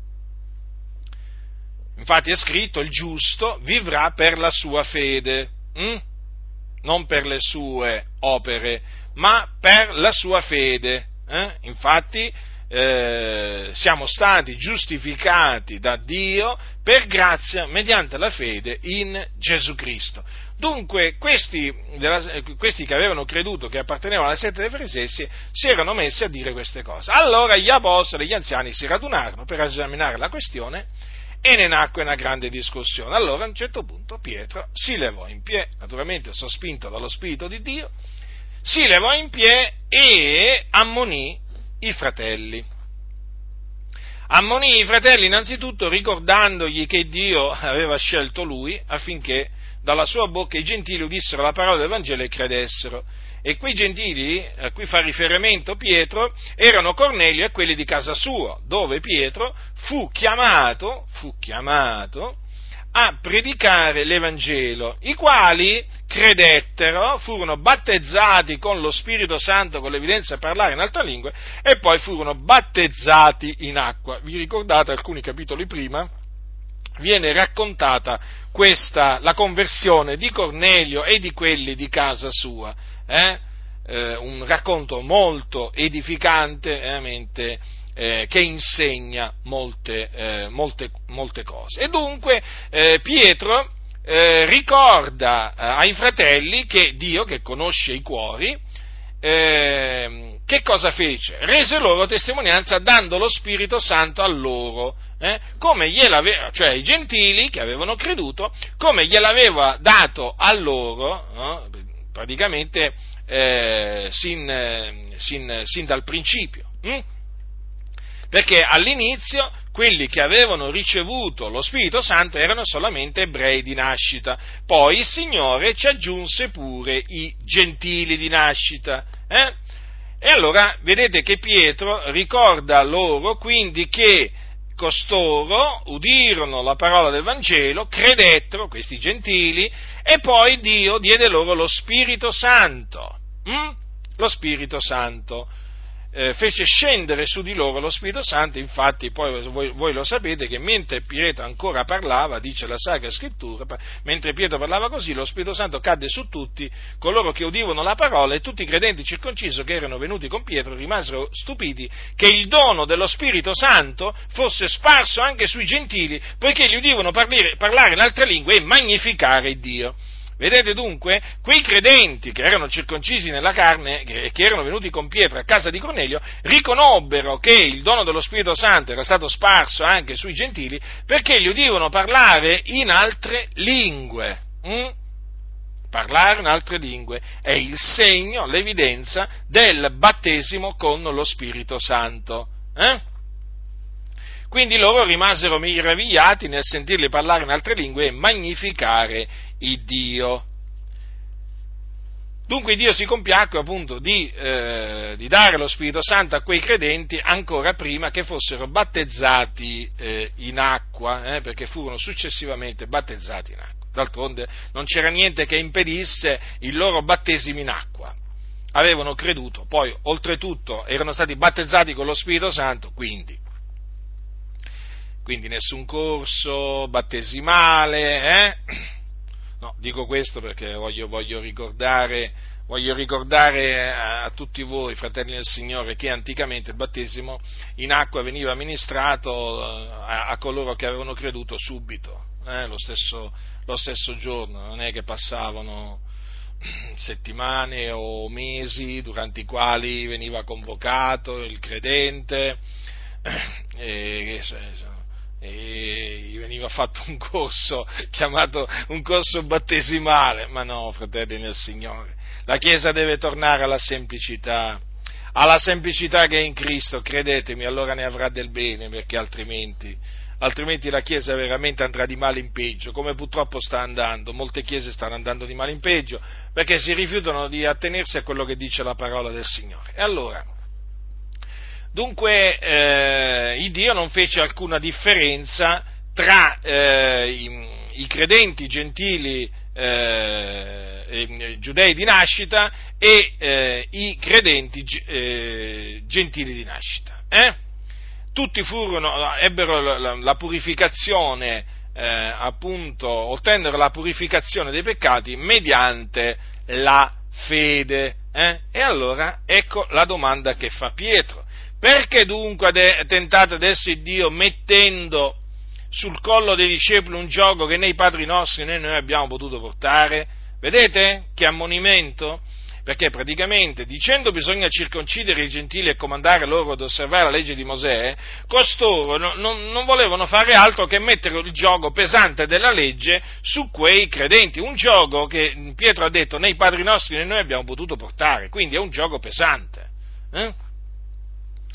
Infatti è scritto: il giusto vivrà per la sua fede. Mm? Non per le sue opere, ma per la sua fede. Eh? Infatti eh, siamo stati giustificati da Dio per grazia mediante la fede in Gesù Cristo. Dunque questi, della, questi che avevano creduto, che appartenevano alla setta dei farisei, si, si erano messi a dire queste cose. Allora gli apostoli e gli anziani si radunarono per esaminare la questione e ne nacque una grande discussione. Allora a un certo punto Pietro si levò in piedi, naturalmente sospinto dallo Spirito di Dio, si levò in piedi e ammonì i fratelli. Ammonì i fratelli innanzitutto ricordandogli che Dio aveva scelto lui affinché dalla sua bocca i gentili udissero la parola del Vangelo e credessero. E quei gentili a cui fa riferimento Pietro erano Cornelio e quelli di casa sua, dove Pietro fu chiamato, fu chiamato a predicare l'Evangelo, i quali credettero, furono battezzati con lo Spirito Santo, con l'evidenza di parlare in altre lingue, e poi furono battezzati in acqua. Vi ricordate, alcuni capitoli prima viene raccontata questa, la conversione di Cornelio e di quelli di casa sua, eh? Eh, un racconto molto edificante, veramente, eh, che insegna molte, eh, molte, molte cose. E dunque eh, Pietro eh, ricorda eh, ai fratelli che Dio, che conosce i cuori, eh, che cosa fece? Rese loro testimonianza dando lo Spirito Santo a loro, eh? come gliel'aveva, cioè ai gentili che avevano creduto, come gliel'aveva dato a loro, no? praticamente eh, sin, sin, sin dal principio. Hm? Perché all'inizio quelli che avevano ricevuto lo Spirito Santo erano solamente ebrei di nascita, poi il Signore ci aggiunse pure i gentili di nascita. Eh? E allora vedete che Pietro ricorda loro quindi che costoro udirono la parola del Vangelo, credettero, questi gentili, e poi Dio diede loro lo Spirito Santo. Hm? Lo Spirito Santo. Eh, fece scendere su di loro lo Spirito Santo, infatti poi voi, voi lo sapete che mentre Pietro ancora parlava, dice la Sacra Scrittura, mentre Pietro parlava così, lo Spirito Santo cadde su tutti coloro che udivano la parola, e tutti i credenti circoncisi che erano venuti con Pietro rimasero stupiti che il dono dello Spirito Santo fosse sparso anche sui gentili, poiché gli udivano parlare, parlare in altre lingue e magnificare Dio. Vedete dunque, quei credenti che erano circoncisi nella carne e che erano venuti con Pietro a casa di Cornelio, riconobbero che il dono dello Spirito Santo era stato sparso anche sui gentili, perché gli udivano parlare in altre lingue. Mm? Parlare in altre lingue è il segno, l'evidenza del battesimo con lo Spirito Santo. Eh? Quindi loro rimasero meravigliati nel sentirli parlare in altre lingue e magnificare il Dio. Dunque Dio si compiacque appunto di, eh, di dare lo Spirito Santo a quei credenti ancora prima che fossero battezzati eh, in acqua, eh, perché furono successivamente battezzati in acqua. D'altronde non c'era niente che impedisse il loro battesimo in acqua. Avevano creduto, poi oltretutto erano stati battezzati con lo Spirito Santo, quindi Quindi nessun corso battesimale, eh? No, dico questo perché voglio, voglio ricordare, voglio ricordare a, a tutti voi, fratelli del Signore, che anticamente il battesimo in acqua veniva amministrato a, a coloro che avevano creduto subito, eh? lo, stesso, lo stesso giorno, non è che passavano settimane o mesi durante i quali veniva convocato il credente e, e gli veniva fatto un corso chiamato un corso battesimale, ma no, fratelli nel Signore, la Chiesa deve tornare alla semplicità, alla semplicità che è in Cristo, credetemi, allora ne avrà del bene, perché altrimenti, altrimenti la Chiesa veramente andrà di male in peggio, come purtroppo sta andando, molte Chiese stanno andando di male in peggio, perché si rifiutano di attenersi a quello che dice la parola del Signore. E allora, Dunque, eh, il Dio non fece alcuna differenza tra eh, i, i credenti gentili eh, eh, giudei di nascita e eh, i credenti eh, gentili di nascita. Eh? Tutti furono, ebbero la, la purificazione, eh, appunto, ottennero la purificazione dei peccati mediante la fede. Eh? E allora ecco la domanda che fa Pietro. Perché dunque tentate adesso il Dio mettendo sul collo dei discepoli un giogo che né i padri nostri né noi abbiamo potuto portare? Vedete che ammonimento? Perché praticamente dicendo bisogna circoncidere i gentili e comandare loro ad osservare la legge di Mosè, costoro non, non, non volevano fare altro che mettere il giogo pesante della legge su quei credenti, un giogo che Pietro ha detto né i padri nostri né noi abbiamo potuto portare, quindi è un giogo pesante. Eh?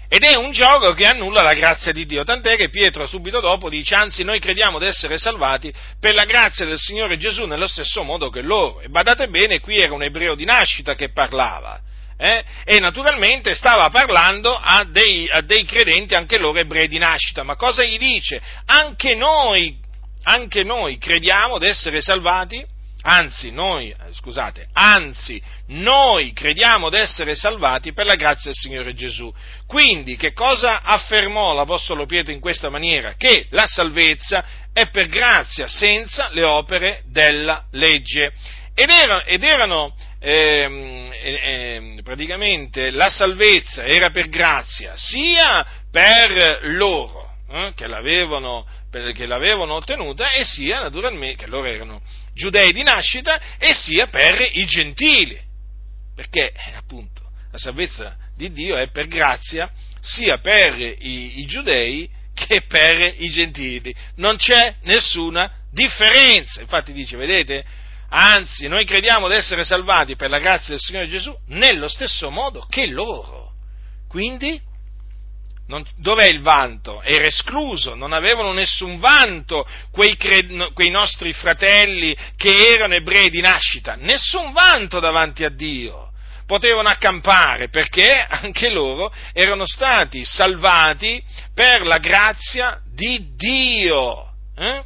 ed è un gioco che annulla la grazia di Dio, tant'è che Pietro subito dopo dice, anzi noi crediamo di essere salvati per la grazia del Signore Gesù nello stesso modo che loro. E badate bene, qui era un ebreo di nascita che parlava, eh? E naturalmente stava parlando a dei, a dei credenti, anche loro ebrei di nascita, ma cosa gli dice? Anche noi, anche noi crediamo di essere salvati. Anzi, noi, scusate, anzi, noi crediamo di essere salvati per la grazia del Signore Gesù. Quindi, che cosa affermò l'Apostolo Pietro in questa maniera? Che la salvezza è per grazia, senza le opere della legge. Ed erano, ed erano ehm, ehm, praticamente, la salvezza era per grazia, sia per loro, eh, che l'avevano, per, che l'avevano ottenuta, e sia, naturalmente, che loro erano giudei di nascita, e sia per i gentili, perché appunto la salvezza di Dio è per grazia sia per i, i giudei che per i gentili, non c'è nessuna differenza. Infatti dice, vedete, anzi noi crediamo di essere salvati per la grazia del Signore Gesù nello stesso modo che loro. Quindi Non, dov'è il vanto? Era escluso, non avevano nessun vanto quei, cre, quei nostri fratelli che erano ebrei di nascita, nessun vanto davanti a Dio, potevano accampare perché anche loro erano stati salvati per la grazia di Dio. Eh?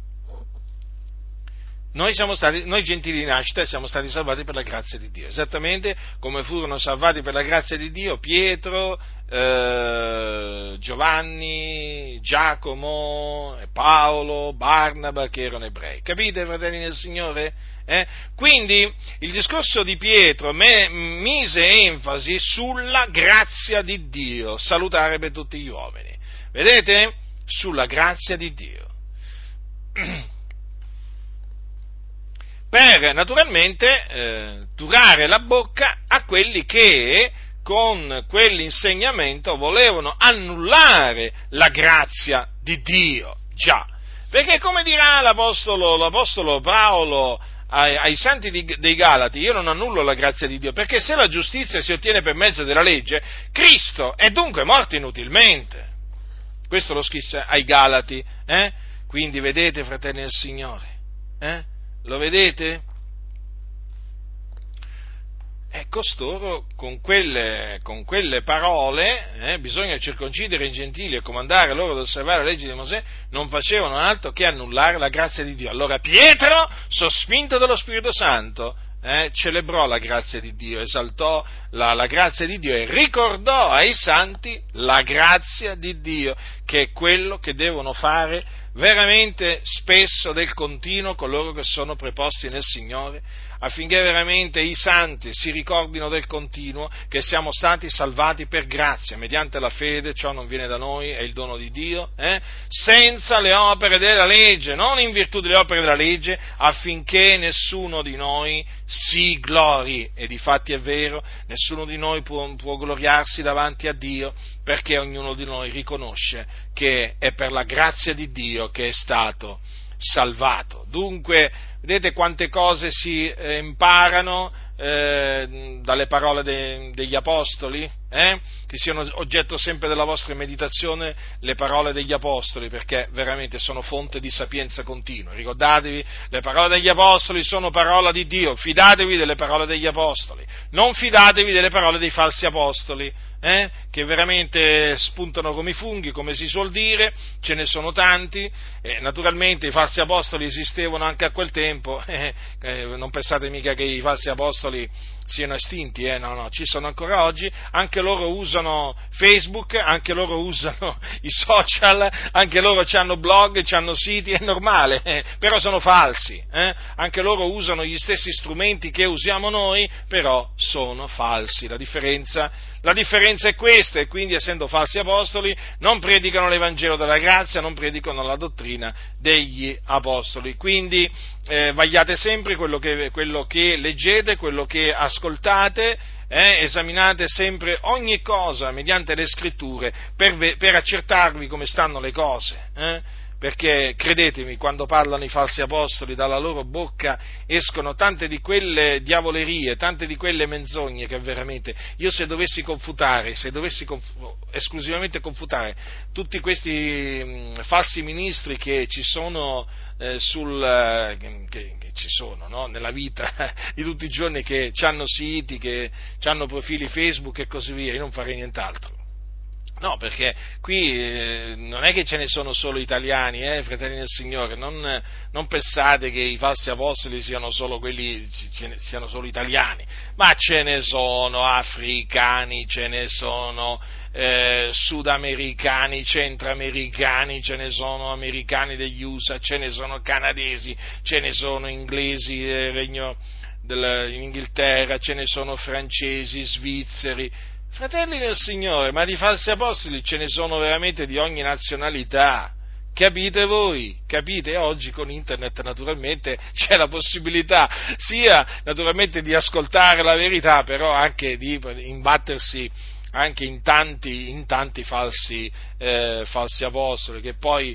Noi siamo stati, noi gentili di nascita siamo stati salvati per la grazia di Dio, esattamente come furono salvati per la grazia di Dio Pietro, eh, Giovanni, Giacomo, Paolo, Barnaba, che erano ebrei. Capite, fratelli nel Signore? Eh? Quindi il discorso di Pietro me, mise enfasi sulla grazia di Dio, salutare per tutti gli uomini. Vedete? Sulla grazia di Dio. Per naturalmente eh, turare la bocca a quelli che con quell'insegnamento volevano annullare la grazia di Dio. Già, perché come dirà l'Apostolo, l'Apostolo Paolo ai, ai santi di, dei Galati, io non annullo la grazia di Dio, perché se la giustizia si ottiene per mezzo della legge, Cristo è dunque morto inutilmente. Questo lo scrisse ai Galati, eh? Quindi vedete, fratelli del Signore, eh? Lo vedete? E costoro con quelle, con quelle parole, eh, bisogna circoncidere i gentili e comandare loro ad osservare la legge di Mosè, non facevano altro che annullare la grazia di Dio. Allora Pietro, sospinto dallo Spirito Santo, eh, celebrò la grazia di Dio, esaltò la, la grazia di Dio e ricordò ai santi la grazia di Dio, che è quello che devono fare veramente spesso del continuo coloro che sono preposti nel Signore, affinché veramente i santi si ricordino del continuo che siamo stati salvati per grazia, mediante la fede, ciò non viene da noi, è il dono di Dio, eh? senza le opere della legge, non in virtù delle opere della legge, affinché nessuno di noi si glori, e difatti è vero, nessuno di noi può, può gloriarsi davanti a Dio, perché ognuno di noi riconosce che è per la grazia di Dio che è stato salvato. Dunque, vedete quante cose si eh, imparano eh, dalle parole de, degli apostoli, eh? che siano oggetto sempre della vostra meditazione le parole degli apostoli, perché veramente sono fonte di sapienza continua. Ricordatevi, le parole degli apostoli sono parola di Dio, fidatevi delle parole degli apostoli, non fidatevi delle parole dei falsi apostoli, eh? che veramente spuntano come i funghi, come si suol dire, ce ne sono tanti, eh, naturalmente i falsi apostoli esistevano anche a quel tempo, eh, eh, non pensate mica che i falsi apostoli siano estinti, eh? no, no, ci sono ancora oggi, anche loro usano Facebook, anche loro usano i social, anche loro hanno blog, hanno siti, è normale, eh? però sono falsi, eh? anche loro usano gli stessi strumenti che usiamo noi, però sono falsi, la differenza, la differenza è questa, e quindi essendo falsi apostoli non predicano l'Evangelo della grazia, non predicano la dottrina degli apostoli, quindi eh, vagliate sempre quello che, quello che leggete, quello che ascoltate, eh, esaminate sempre ogni cosa mediante le scritture per, per accertarvi come stanno le cose, eh, perché credetemi, quando parlano i falsi apostoli, dalla loro bocca escono tante di quelle diavolerie, tante di quelle menzogne che veramente, io se dovessi confutare, se dovessi conf- esclusivamente confutare tutti questi mh, falsi ministri che ci sono eh, sul eh, che, che ci sono no? nella vita di tutti i giorni, che hanno siti, che hanno profili Facebook e così via, io non farei nient'altro. No, perché qui eh, non è che ce ne sono solo italiani, eh, fratelli del Signore, non, non pensate che i falsi apostoli siano solo quelli, siano solo italiani, ma ce ne sono africani, ce ne sono eh, sudamericani, centroamericani, ce ne sono americani degli U S A, ce ne sono canadesi, ce ne sono inglesi del Regno dell'Inghilterra, ce ne sono francesi, svizzeri. Fratelli del Signore, ma di falsi apostoli ce ne sono veramente di ogni nazionalità, capite voi? Capite? Oggi con internet naturalmente c'è la possibilità sia naturalmente di ascoltare la verità, però anche di imbattersi anche in tanti, in tanti falsi, eh, falsi apostoli, che poi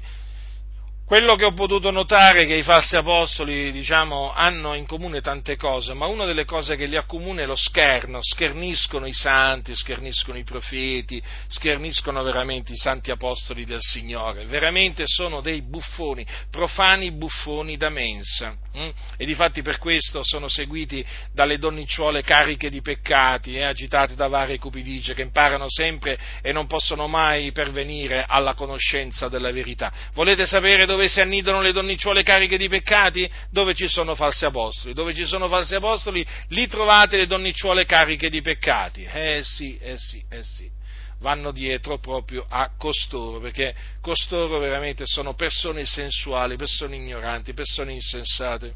quello che ho potuto notare è che i falsi apostoli, diciamo, hanno in comune tante cose, ma una delle cose che li accomuna è lo scherno, scherniscono i santi, scherniscono i profeti, scherniscono veramente i santi apostoli del Signore, veramente sono dei buffoni, profani buffoni da mensa, hm? E difatti per questo sono seguiti dalle donnicciuole cariche di peccati, eh, agitate da varie cupidigie, che imparano sempre e non possono mai pervenire alla conoscenza della verità. Volete sapere dove si annidano le donnicciuole cariche di peccati? Dove ci sono falsi apostoli. Dove ci sono falsi apostoli, lì trovate le donnicciuole cariche di peccati. Eh sì, eh sì, eh sì. Vanno dietro proprio a costoro, perché costoro veramente sono persone sensuali, persone ignoranti, persone insensate.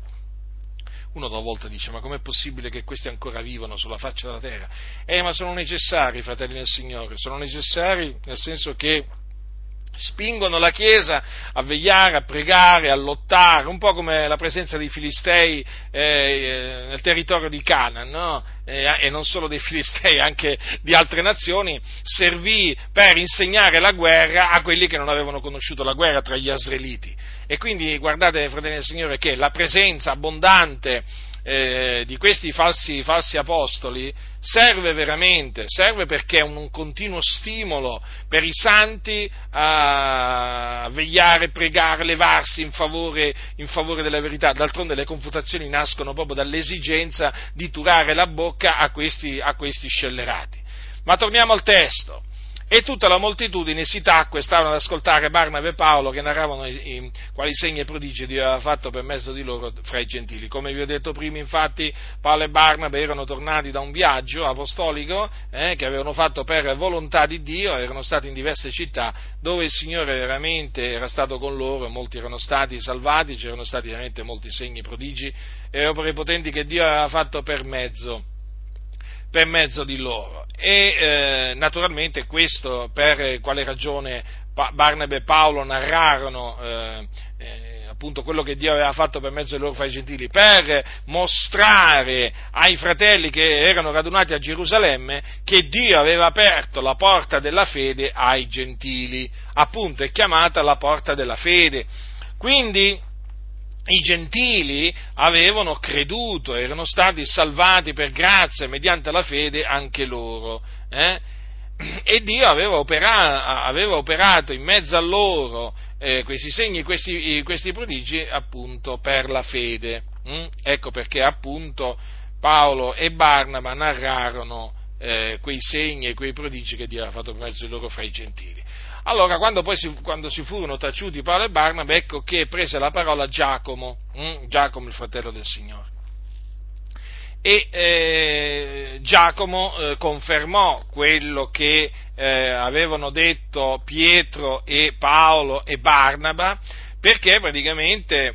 Uno da volta dice: ma com'è possibile che questi ancora vivono sulla faccia della terra? Eh, ma sono necessari, fratelli del Signore, sono necessari nel senso che spingono la Chiesa a vegliare, a pregare, a lottare, un po' come la presenza dei Filistei eh, nel territorio di Canaan, no? E, e non solo dei Filistei, anche di altre nazioni, servì per insegnare la guerra a quelli che non avevano conosciuto la guerra tra gli Israeliti. E quindi guardate, fratelli del Signore, che la presenza abbondante Eh, di questi falsi, falsi apostoli serve veramente, serve perché è un, un continuo stimolo per i santi a vegliare, pregare, levarsi in favore, in favore della verità. D'altronde le confutazioni nascono proprio dall'esigenza di turare la bocca a questi, a questi scellerati. Ma torniamo al testo. E tutta la moltitudine si tacque, stavano ad ascoltare Barnaba e Paolo che narravano i, i, quali segni e prodigi Dio aveva fatto per mezzo di loro fra i gentili. Come vi ho detto prima, infatti, Paolo e Barnaba erano tornati da un viaggio apostolico eh, che avevano fatto per volontà di Dio, erano stati in diverse città dove il Signore veramente era stato con loro, molti erano stati salvati, c'erano stati veramente molti segni, prodigi e opere potenti che Dio aveva fatto per mezzo per mezzo di loro. E eh, naturalmente questo per quale ragione pa- Barnaba e Paolo narrarono eh, eh, appunto quello che Dio aveva fatto per mezzo dei loro fra i gentili, per mostrare ai fratelli che erano radunati a Gerusalemme che Dio aveva aperto la porta della fede ai gentili, appunto è chiamata la porta della fede. Quindi i gentili avevano creduto, erano stati salvati per grazia mediante la fede anche loro, eh? E Dio aveva, opera, aveva operato in mezzo a loro eh, questi segni, questi, questi prodigi appunto per la fede. Mm? Ecco perché appunto Paolo e Barnaba narrarono eh, quei segni e quei prodigi che Dio aveva fatto per mezzo di loro fra i gentili. Allora, quando poi si, quando si furono taciuti Paolo e Barnaba, ecco che prese la parola Giacomo, hm? Giacomo il fratello del Signore. E eh, Giacomo eh, confermò quello che eh, avevano detto Pietro e Paolo e Barnaba, perché praticamente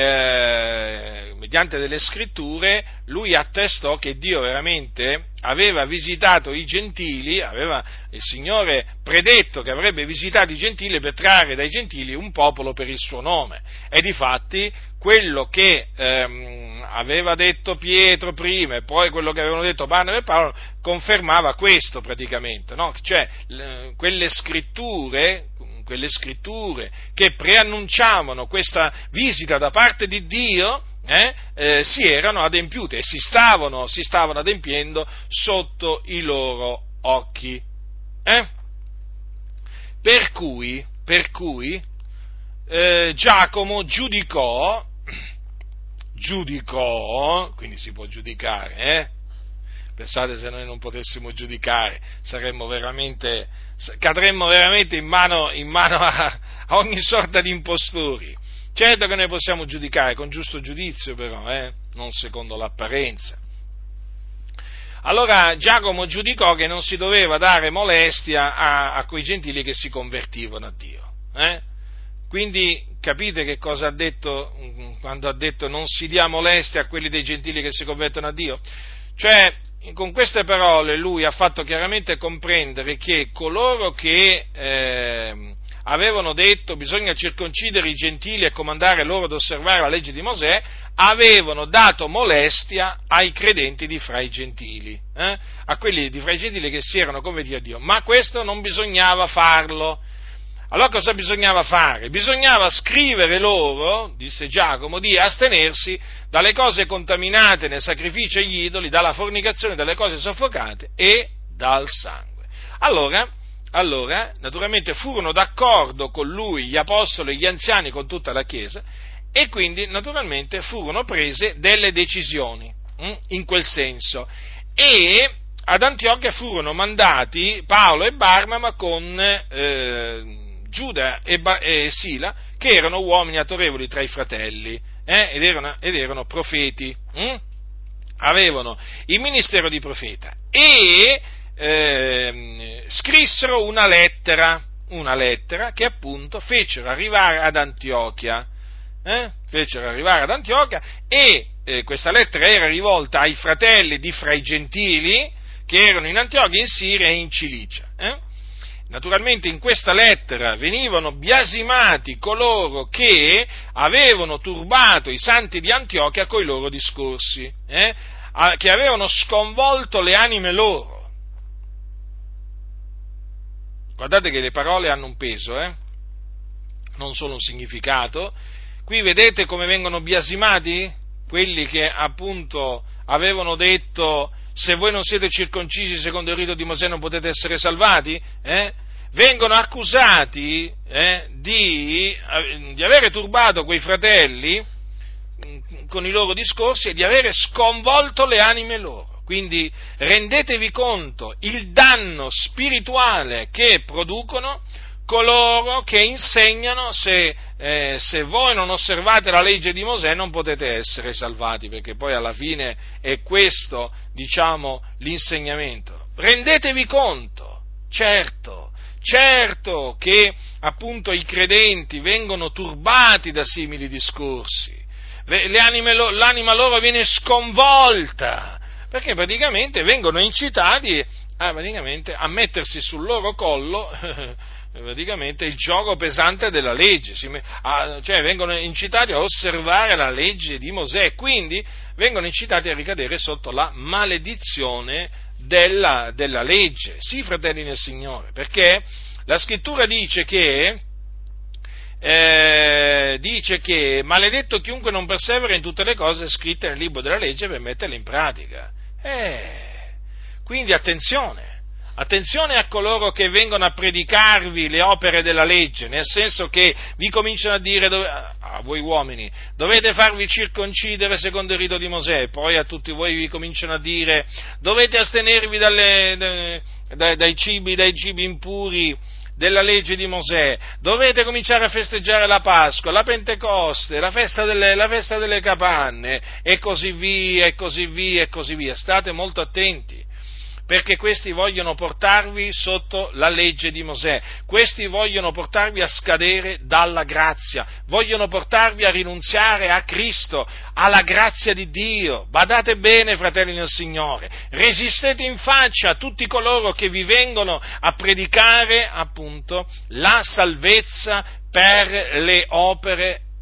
eh, mediante delle scritture lui attestò che Dio veramente aveva visitato i gentili, aveva il Signore predetto che avrebbe visitato i gentili per trarre dai gentili un popolo per il suo nome. E difatti quello che ehm, aveva detto Pietro prima e poi quello che avevano detto Barnaba e Paolo confermava questo praticamente, no? Cioè le, quelle scritture quelle scritture che preannunciavano questa visita da parte di Dio, eh, eh, si erano adempiute e si stavano, si stavano adempiendo sotto i loro occhi. Eh? Per cui, per cui eh, Giacomo giudicò, giudicò, quindi si può giudicare, eh? Pensate, se noi non potessimo giudicare, saremmo veramente, cadremmo veramente in mano, in mano a, a ogni sorta di impostori. Certo che noi possiamo giudicare con giusto giudizio, però, eh? Non secondo l'apparenza. Allora Giacomo giudicò che non si doveva dare molestia a, a quei gentili che si convertivano a Dio. Eh? Quindi capite che cosa ha detto quando ha detto non si dia molestia a quelli dei gentili che si convertono a Dio? Cioè, con queste parole lui ha fatto chiaramente comprendere che coloro che eh, avevano detto bisogna circoncidere i gentili e comandare loro ad osservare la legge di Mosè, avevano dato molestia ai credenti di fra i gentili, eh? a quelli di fra i gentili che si erano convertiti a Dio, ma questo non bisognava farlo. Allora cosa bisognava fare? Bisognava scrivere loro, disse Giacomo, di astenersi dalle cose contaminate nel sacrificio agli idoli, dalla fornicazione, dalle cose soffocate e dal sangue. Allora, allora, naturalmente furono d'accordo con lui gli apostoli, gli anziani, con tutta la Chiesa, e quindi naturalmente furono prese delle decisioni hm, in quel senso. E ad Antiochia furono mandati Paolo e Barnaba con eh, Giuda e, ba- e Sila, che erano uomini autorevoli tra i fratelli, eh, ed, erano, ed erano profeti, hm? avevano il ministero di profeta, e eh, scrissero una lettera, una lettera che appunto fecero arrivare ad Antiochia, eh? fecero arrivare ad Antiochia, e eh, questa lettera era rivolta ai fratelli di fra i gentili, che erano in Antiochia, in Siria e in Cilicia, eh? Naturalmente in questa lettera venivano biasimati coloro che avevano turbato i santi di Antiochia coi loro discorsi, eh? che avevano sconvolto le anime loro. Guardate che le parole hanno un peso, eh? non solo un significato. Qui vedete come vengono biasimati quelli che appunto avevano detto: se voi non siete circoncisi secondo il rito di Mosè non potete essere salvati, eh? vengono accusati eh, di, di avere turbato quei fratelli con i loro discorsi e di avere sconvolto le anime loro. Quindi rendetevi conto il danno spirituale che producono coloro che insegnano se, eh, se voi non osservate la legge di Mosè non potete essere salvati, perché poi alla fine è questo, diciamo, l'insegnamento. Rendetevi conto, certo, certo che appunto i credenti vengono turbati da simili discorsi, le anime, l'anima loro viene sconvolta, perché praticamente vengono incitati a, praticamente, a mettersi sul loro collo praticamente il giogo pesante della legge, si, a, cioè vengono incitati a osservare la legge di Mosè, quindi vengono incitati a ricadere sotto la maledizione della, della legge. Sì, fratelli nel Signore, perché la scrittura dice che eh, dice che maledetto chiunque non persevera in tutte le cose scritte nel libro della legge per metterle in pratica. Eh, quindi attenzione. Attenzione a coloro che vengono a predicarvi le opere della legge, nel senso che vi cominciano a dire, dove, a voi uomini, dovete farvi circoncidere secondo il rito di Mosè, poi a tutti voi vi cominciano a dire, dovete astenervi dalle, dai, dai cibi, dai cibi impuri della legge di Mosè, dovete cominciare a festeggiare la Pasqua, la Pentecoste, la festa delle, la festa delle capanne, e così via, e così via, e così via. State molto attenti, perché questi vogliono portarvi sotto la legge di Mosè, questi vogliono portarvi a scadere dalla grazia, vogliono portarvi a rinunziare a Cristo, alla grazia di Dio. Badate bene, fratelli nel Signore, resistete in faccia a tutti coloro che vi vengono a predicare appunto la salvezza per le opere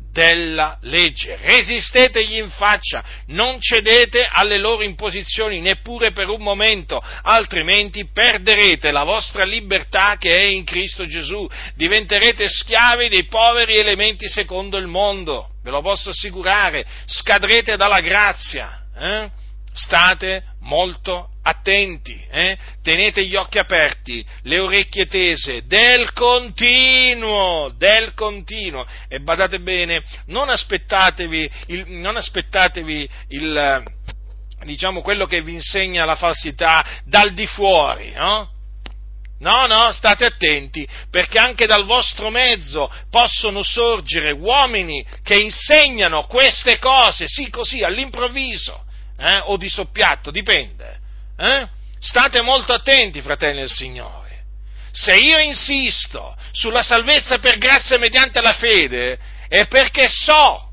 della legge. Resistetegli in faccia, non cedete alle loro imposizioni neppure per un momento, altrimenti perderete la vostra libertà che è in Cristo Gesù, diventerete schiavi dei poveri elementi secondo il mondo, ve lo posso assicurare, scadrete dalla grazia, eh? State molto attenti, eh? Tenete gli occhi aperti, le orecchie tese, del continuo, del continuo, e badate bene, non aspettatevi il, non aspettatevi il, diciamo, quello che vi insegna la falsità dal di fuori, no? No, no, state attenti, perché anche dal vostro mezzo possono sorgere uomini che insegnano queste cose, sì, così, all'improvviso, eh? O di soppiatto, dipende. Eh? State molto attenti, fratelli del Signore. Se io insisto sulla salvezza per grazia mediante la fede, è perché so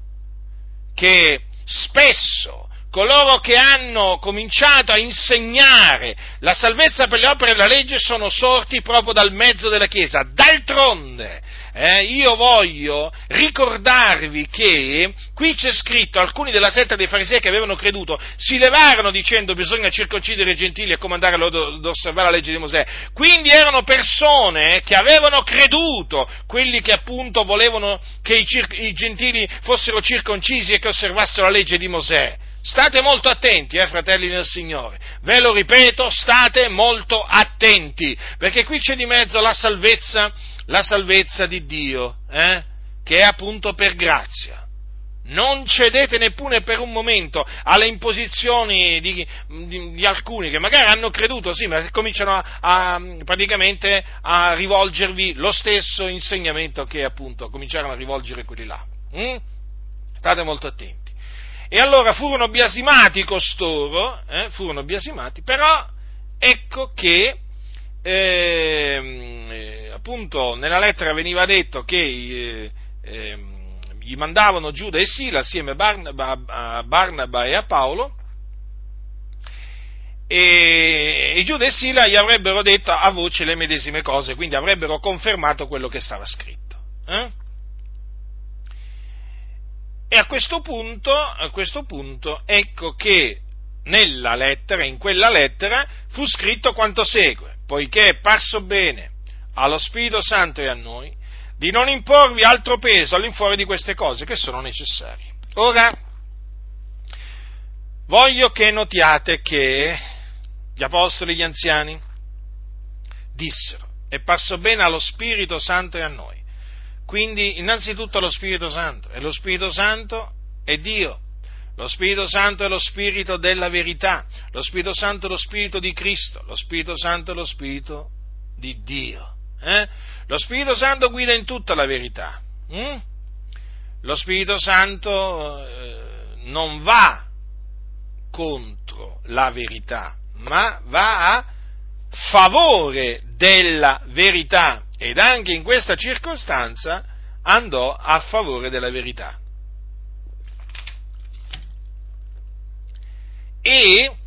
che spesso coloro che hanno cominciato a insegnare la salvezza per le opere della legge sono sorti proprio dal mezzo della Chiesa. D'altronde, eh, io voglio ricordarvi che qui c'è scritto, alcuni della setta dei farisei che avevano creduto si levarono dicendo bisogna circoncidere i gentili e comandare loro ad osservare la legge di Mosè. Quindi erano persone che avevano creduto, quelli che appunto volevano che i, cir- i gentili fossero circoncisi e che osservassero la legge di Mosè. State molto attenti, eh, fratelli del Signore, ve lo ripeto, state molto attenti, perché qui c'è di mezzo la salvezza, la salvezza di Dio, eh, che è appunto per grazia. Non cedete neppure per un momento alle imposizioni di, di, di alcuni che magari hanno creduto, sì, ma cominciano a, a praticamente a rivolgervi lo stesso insegnamento che appunto cominciarono a rivolgere quelli là. Mm? State molto attenti. E allora furono biasimati costoro, eh, furono biasimati, però ecco che eh, appunto nella lettera veniva detto che eh, eh, gli mandavano Giuda e Sila assieme a Barnaba, a Barnaba e a Paolo, e, e Giuda e Sila gli avrebbero detto a voce le medesime cose, quindi avrebbero confermato quello che stava scritto. Eh? E a questo punto, a questo punto, ecco che nella lettera, in quella lettera, fu scritto quanto segue: poiché è parso bene allo Spirito Santo e a noi di non imporvi altro peso all'infuori di queste cose che sono necessarie. Ora, voglio che notiate che gli apostoli e gli anziani dissero: è parso bene allo Spirito Santo e a noi. Quindi innanzitutto lo Spirito Santo, e lo Spirito Santo è Dio, lo Spirito Santo è lo Spirito della verità, lo Spirito Santo è lo Spirito di Cristo, lo Spirito Santo è lo Spirito di Dio. Eh? Lo Spirito Santo guida in tutta la verità. Mm? Lo Spirito Santo eh, non va contro la verità, ma va a favore della verità. Ed anche in questa circostanza andò a favore della verità. E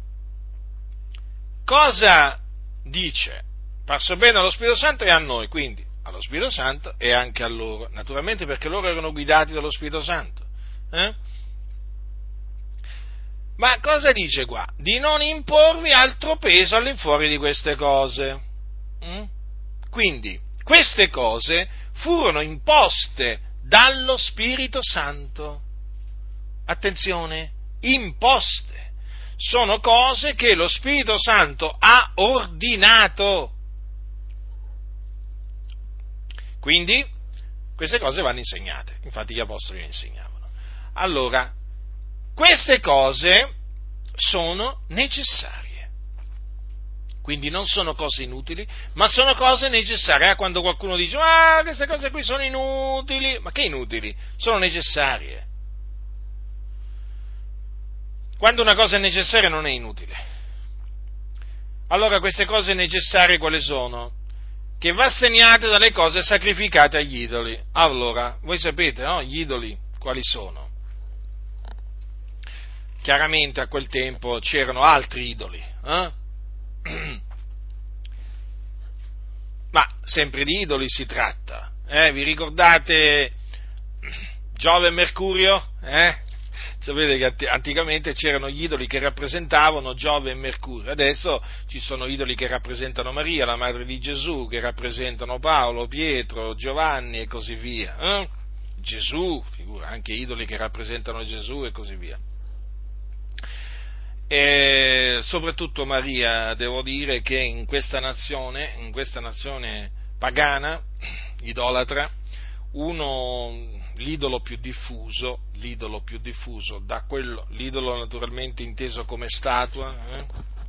cosa dice? Parso bene allo Spirito Santo e a noi, quindi allo Spirito Santo e anche a loro, naturalmente perché loro erano guidati dallo Spirito Santo. Eh? Ma cosa dice qua? Di non imporvi altro peso all'infuori di queste cose. Mm? Quindi, queste cose furono imposte dallo Spirito Santo. Attenzione, imposte. Sono cose che lo Spirito Santo ha ordinato. Quindi, queste cose vanno insegnate. Infatti gli apostoli le insegnavano. Allora, queste cose sono necessarie. Quindi non sono cose inutili, ma sono cose necessarie. Ah, quando qualcuno dice, ah, queste cose qui sono inutili, ma che inutili? Sono necessarie. Quando una cosa è necessaria non è inutile. Allora queste cose necessarie quali sono? Che v'asteniate dalle cose sacrificate agli idoli. Allora, voi sapete, no? Gli idoli quali sono? Chiaramente a quel tempo c'erano altri idoli, eh? Ma sempre di idoli si tratta, eh? Vi ricordate Giove e Mercurio? Eh? Sapete che anticamente c'erano gli idoli che rappresentavano Giove e Mercurio, adesso ci sono idoli che rappresentano Maria, la madre di Gesù, che rappresentano Paolo, Pietro, Giovanni e così via. Eh? Gesù, figura, anche idoli che rappresentano Gesù e così via. E soprattutto Maria, devo dire che in questa nazione, in questa nazione pagana, idolatra, uno, l'idolo più diffuso, l'idolo più diffuso, da quello, l'idolo naturalmente inteso come statua, eh?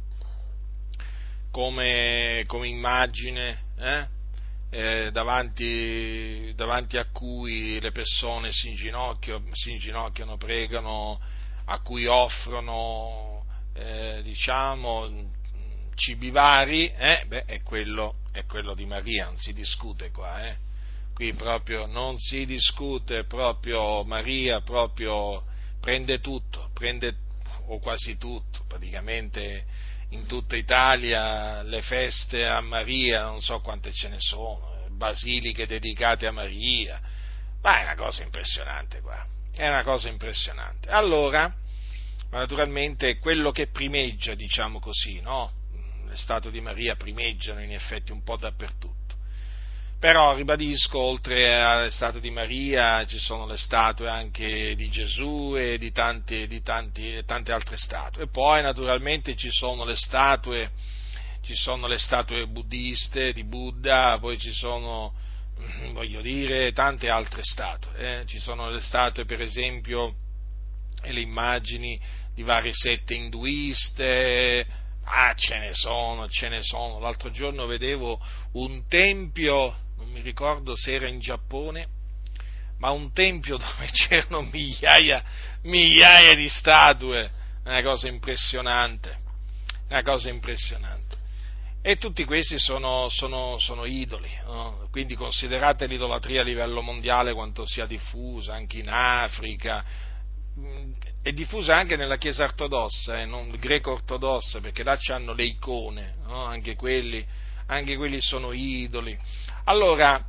come, come immagine, eh? Eh, davanti, davanti a cui le persone si inginocchiano, si inginocchiano, pregano, a cui offrono, eh, diciamo, cibi vari, eh? Beh, è quello, è quello di Maria, non si discute qua, eh? Qui proprio non si discute, proprio Maria proprio prende tutto, prende o quasi tutto, praticamente in tutta Italia le feste a Maria, non so quante ce ne sono, basiliche dedicate a Maria, ma è una cosa impressionante qua, è una cosa impressionante. Allora, naturalmente quello che primeggia, diciamo così, no? Le statue di Maria primeggiano in effetti un po' dappertutto. Però, ribadisco, oltre alle statue di Maria ci sono le statue anche di Gesù e di, tanti, di tanti, tante altre statue. E poi naturalmente ci sono le statue, ci sono le statue buddiste di Buddha, poi ci sono, voglio dire, tante altre statue. Eh? Ci sono le statue, per esempio, e le immagini di varie sette induiste. Ah, ce ne sono, ce ne sono. L'altro giorno vedevo un tempio, non mi ricordo se era in Giappone, ma un tempio dove c'erano migliaia, migliaia di statue, una cosa impressionante, una cosa impressionante. E tutti questi sono, sono, sono idoli, no? Quindi considerate l'idolatria a livello mondiale quanto sia diffusa, anche in Africa, è diffusa anche nella Chiesa ortodossa, eh, non greco-ortodossa, perché là c'hanno le icone, no? Anche quelli, anche quelli sono idoli. Allora,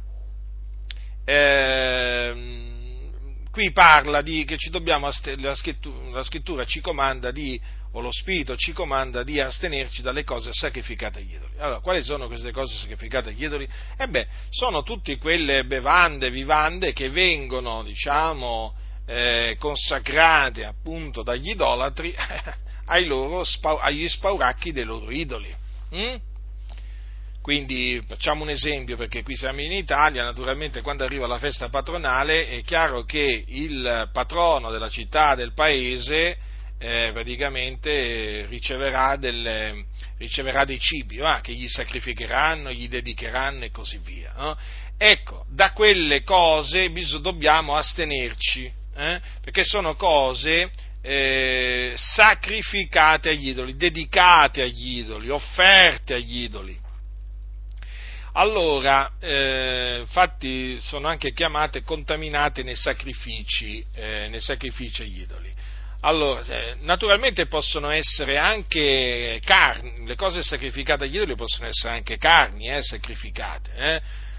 ehm, qui parla di che ci dobbiamo la scrittura, la scrittura ci comanda di, o lo Spirito ci comanda di astenerci dalle cose sacrificate agli idoli. Allora, quali sono queste cose sacrificate agli idoli? Eh beh, sono tutte quelle bevande, vivande che vengono, diciamo, Eh, consacrate appunto dagli idolatri ai loro, agli spauracchi dei loro idoli. Mm? Quindi facciamo un esempio, perché qui siamo in Italia, naturalmente quando arriva la festa patronale è chiaro che il patrono della città, del paese, eh, praticamente riceverà, delle, riceverà dei cibi, va, che gli sacrificheranno, gli dedicheranno e così via. No? Ecco, da quelle cose bis- dobbiamo astenerci. Eh? Perché sono cose eh, sacrificate agli idoli, dedicate agli idoli, offerte agli idoli. Allora, eh, infatti sono anche chiamate contaminate nei sacrifici, eh, nei sacrifici agli idoli. Allora, eh, naturalmente possono essere anche carni, le cose sacrificate agli idoli possono essere anche carni, eh, sacrificate, eh?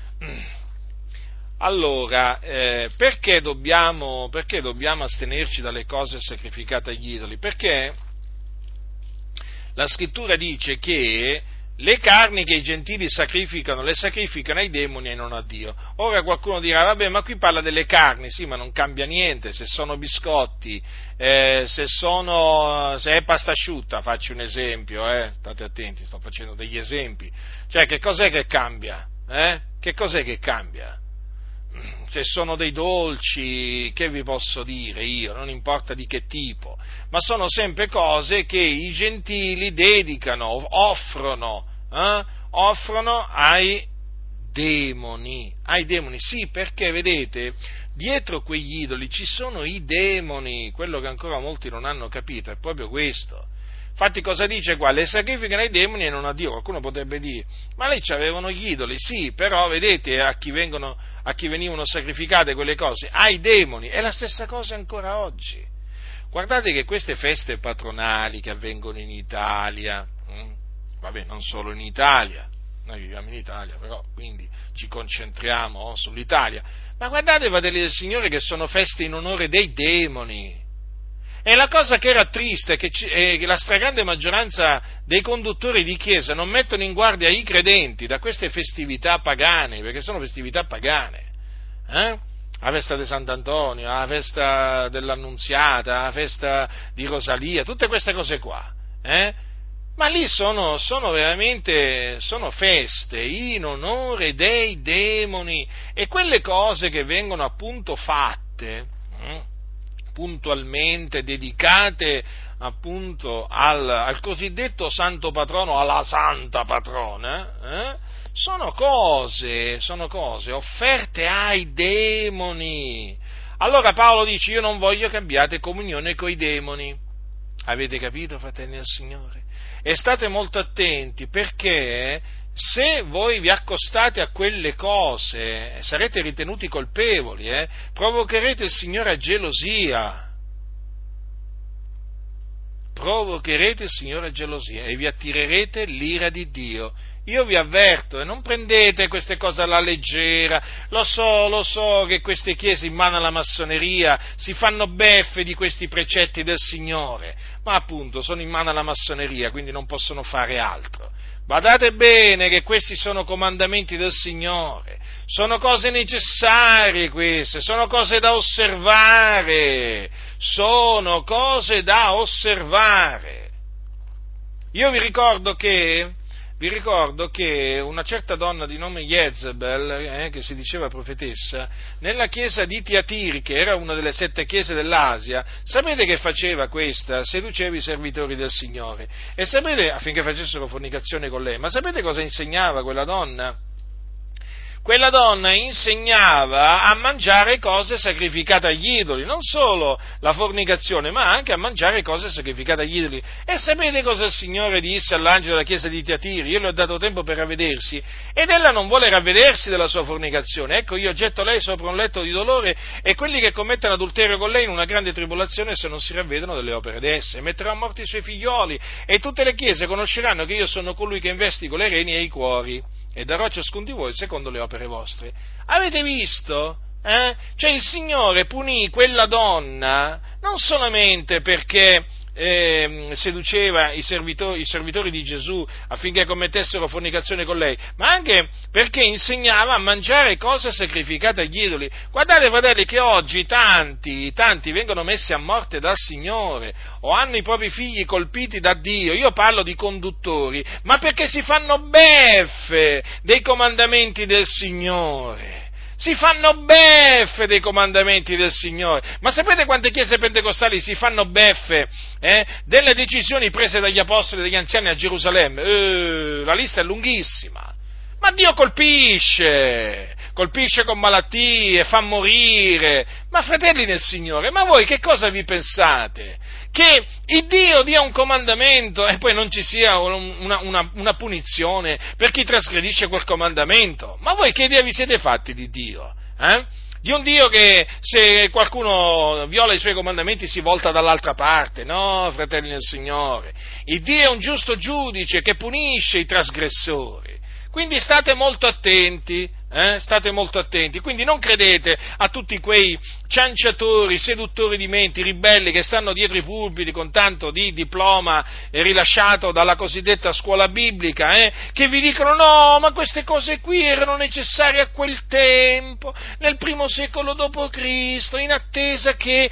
Allora, eh, perché dobbiamo, perché dobbiamo astenerci dalle cose sacrificate agli idoli? Perché la scrittura dice che le carni che i gentili sacrificano, le sacrificano ai demoni e non a Dio. Ora qualcuno dirà, vabbè, ma qui parla delle carni, sì, ma non cambia niente, se sono biscotti, eh, se sono, se è pasta asciutta, faccio un esempio, eh, state attenti, sto facendo degli esempi, cioè che cos'è che cambia? Eh? Che cos'è che cambia? Se sono dei dolci, che vi posso dire io, non importa di che tipo, ma sono sempre cose che i gentili dedicano, offrono, eh? offrono ai demoni, ai demoni, sì, perché vedete, dietro quegli idoli ci sono i demoni, quello che ancora molti non hanno capito è proprio questo. Infatti cosa dice qua? Le sacrificano ai demoni e non a Dio. Qualcuno potrebbe dire, ma lì c'avevano gli idoli, sì, però vedete a chi, vengono, a chi venivano sacrificate quelle cose? Ai demoni. È la stessa cosa ancora oggi. Guardate che queste feste patronali che avvengono in Italia, hm? vabbè, non solo in Italia, noi viviamo in Italia, però quindi ci concentriamo sull'Italia. Ma guardate, fratelli del Signore, che sono feste in onore dei demoni. E la cosa che rattrista è che, ci, è che la stragrande maggioranza dei conduttori di chiesa non mettono in guardia i credenti da queste festività pagane, perché sono festività pagane. Eh? La festa di Sant'Antonio, la festa dell'Annunziata, la festa di Rosalia, tutte queste cose qua. Eh? Ma lì sono, sono veramente sono feste in onore dei demoni, e quelle cose che vengono appunto fatte hm, puntualmente, dedicate appunto al, al cosiddetto santo patrono, alla santa patrona, eh, sono cose, sono cose offerte ai demoni. Allora Paolo dice: io non voglio che abbiate comunione coi demoni. Avete capito, fratelli del Signore? E state molto attenti, perché se voi vi accostate a quelle cose sarete ritenuti colpevoli, eh? provocherete il Signore a gelosia, provocherete il Signore a gelosia e vi attirerete l'ira di Dio. Io vi avverto, e non prendete queste cose alla leggera. Lo so, lo so che queste chiese in mano alla massoneria si fanno beffe di questi precetti del Signore, ma appunto sono in mano alla massoneria, quindi non possono fare altro. Badate bene che questi sono comandamenti del Signore, sono cose necessarie queste, sono cose da osservare, sono cose da osservare. Io vi ricordo che Vi ricordo che una certa donna di nome Jezebel, eh, che si diceva profetessa, nella chiesa di Tiatiri, che era una delle sette chiese dell'Asia, sapete che faceva questa? Seduceva i servitori del Signore, e sapete, affinché facessero fornicazione con lei, ma sapete cosa insegnava quella donna? Quella donna insegnava a mangiare cose sacrificate agli idoli, non solo la fornicazione, ma anche a mangiare cose sacrificate agli idoli. E sapete cosa il Signore disse all'angelo della chiesa di Tiatiri? Io le ho dato tempo per ravvedersi, ed ella non vuole ravvedersi della sua fornicazione. Ecco, io getto lei sopra un letto di dolore, e quelli che commettono adulterio con lei in una grande tribolazione, se non si ravvedono delle opere d'esse, e metterò a morte i suoi figlioli, e tutte le chiese conosceranno che io sono colui che investigo le reni e i cuori, e darò a ciascun di voi secondo le opere vostre. Avete visto? Eh? Cioè il Signore punì quella donna non solamente perché eh, seduceva i servitori, i servitori di Gesù affinché commettessero fornicazione con lei, ma anche perché insegnava a mangiare cose sacrificate agli idoli. Guardate, fratelli, che oggi tanti, tanti vengono messi a morte dal Signore, o hanno i propri figli colpiti da Dio. Io parlo di conduttori, ma perché si fanno beffe dei comandamenti del Signore. Si fanno beffe dei comandamenti del Signore. Ma sapete quante chiese pentecostali si fanno beffe eh, delle decisioni prese dagli apostoli e dagli anziani a Gerusalemme? Eh, la lista è lunghissima. Ma Dio colpisce, colpisce con malattie, fa morire. Ma fratelli nel Signore, ma voi che cosa vi pensate? Che il Dio dia un comandamento e poi non ci sia una, una, una punizione per chi trasgredisce quel comandamento? Ma voi che idea vi siete fatti di Dio? Eh? Di un Dio che se qualcuno viola i suoi comandamenti si volta dall'altra parte? No, fratelli nel Signore, il Dio è un giusto giudice che punisce i trasgressori. Quindi state molto attenti, eh? state molto attenti, quindi non credete a tutti quei cianciatori, seduttori di menti, ribelli che stanno dietro i pulpiti con tanto di diploma rilasciato dalla cosiddetta scuola biblica, eh? che vi dicono no, ma queste cose qui erano necessarie a quel tempo, nel primo secolo dopo Cristo, in attesa che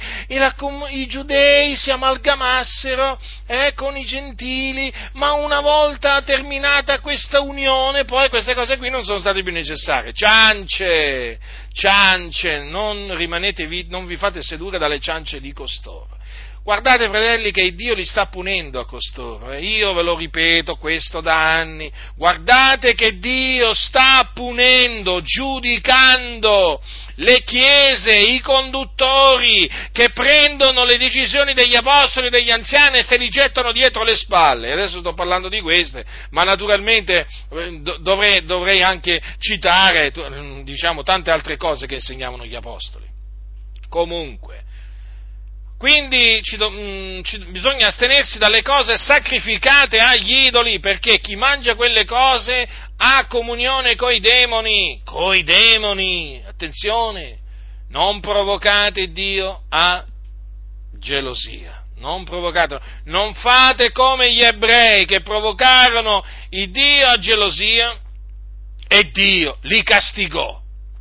i, i giudei si amalgamassero eh, con i gentili, ma una volta terminata questa unione, poi queste cose qui non sono state più necessarie. Ciance, ciance, non rimanete, non vi fate sedurre dalle ciance di costoro. Guardate, fratelli, che Dio li sta punendo a costoro, eh? Io ve lo ripeto questo da anni, guardate che Dio sta punendo, giudicando le chiese, i conduttori che prendono le decisioni degli apostoli e degli anziani e se li gettano dietro le spalle. Adesso sto parlando di queste, ma naturalmente dovrei, dovrei anche citare, diciamo, tante altre cose che insegnavano gli apostoli. Comunque, Quindi ci do, mh, ci, bisogna astenersi dalle cose sacrificate agli idoli, perché chi mangia quelle cose ha comunione coi demoni, coi demoni, attenzione, non provocate Dio a gelosia. Non provocatelo, non fate come gli ebrei che provocarono il Dio a gelosia e Dio li castigò.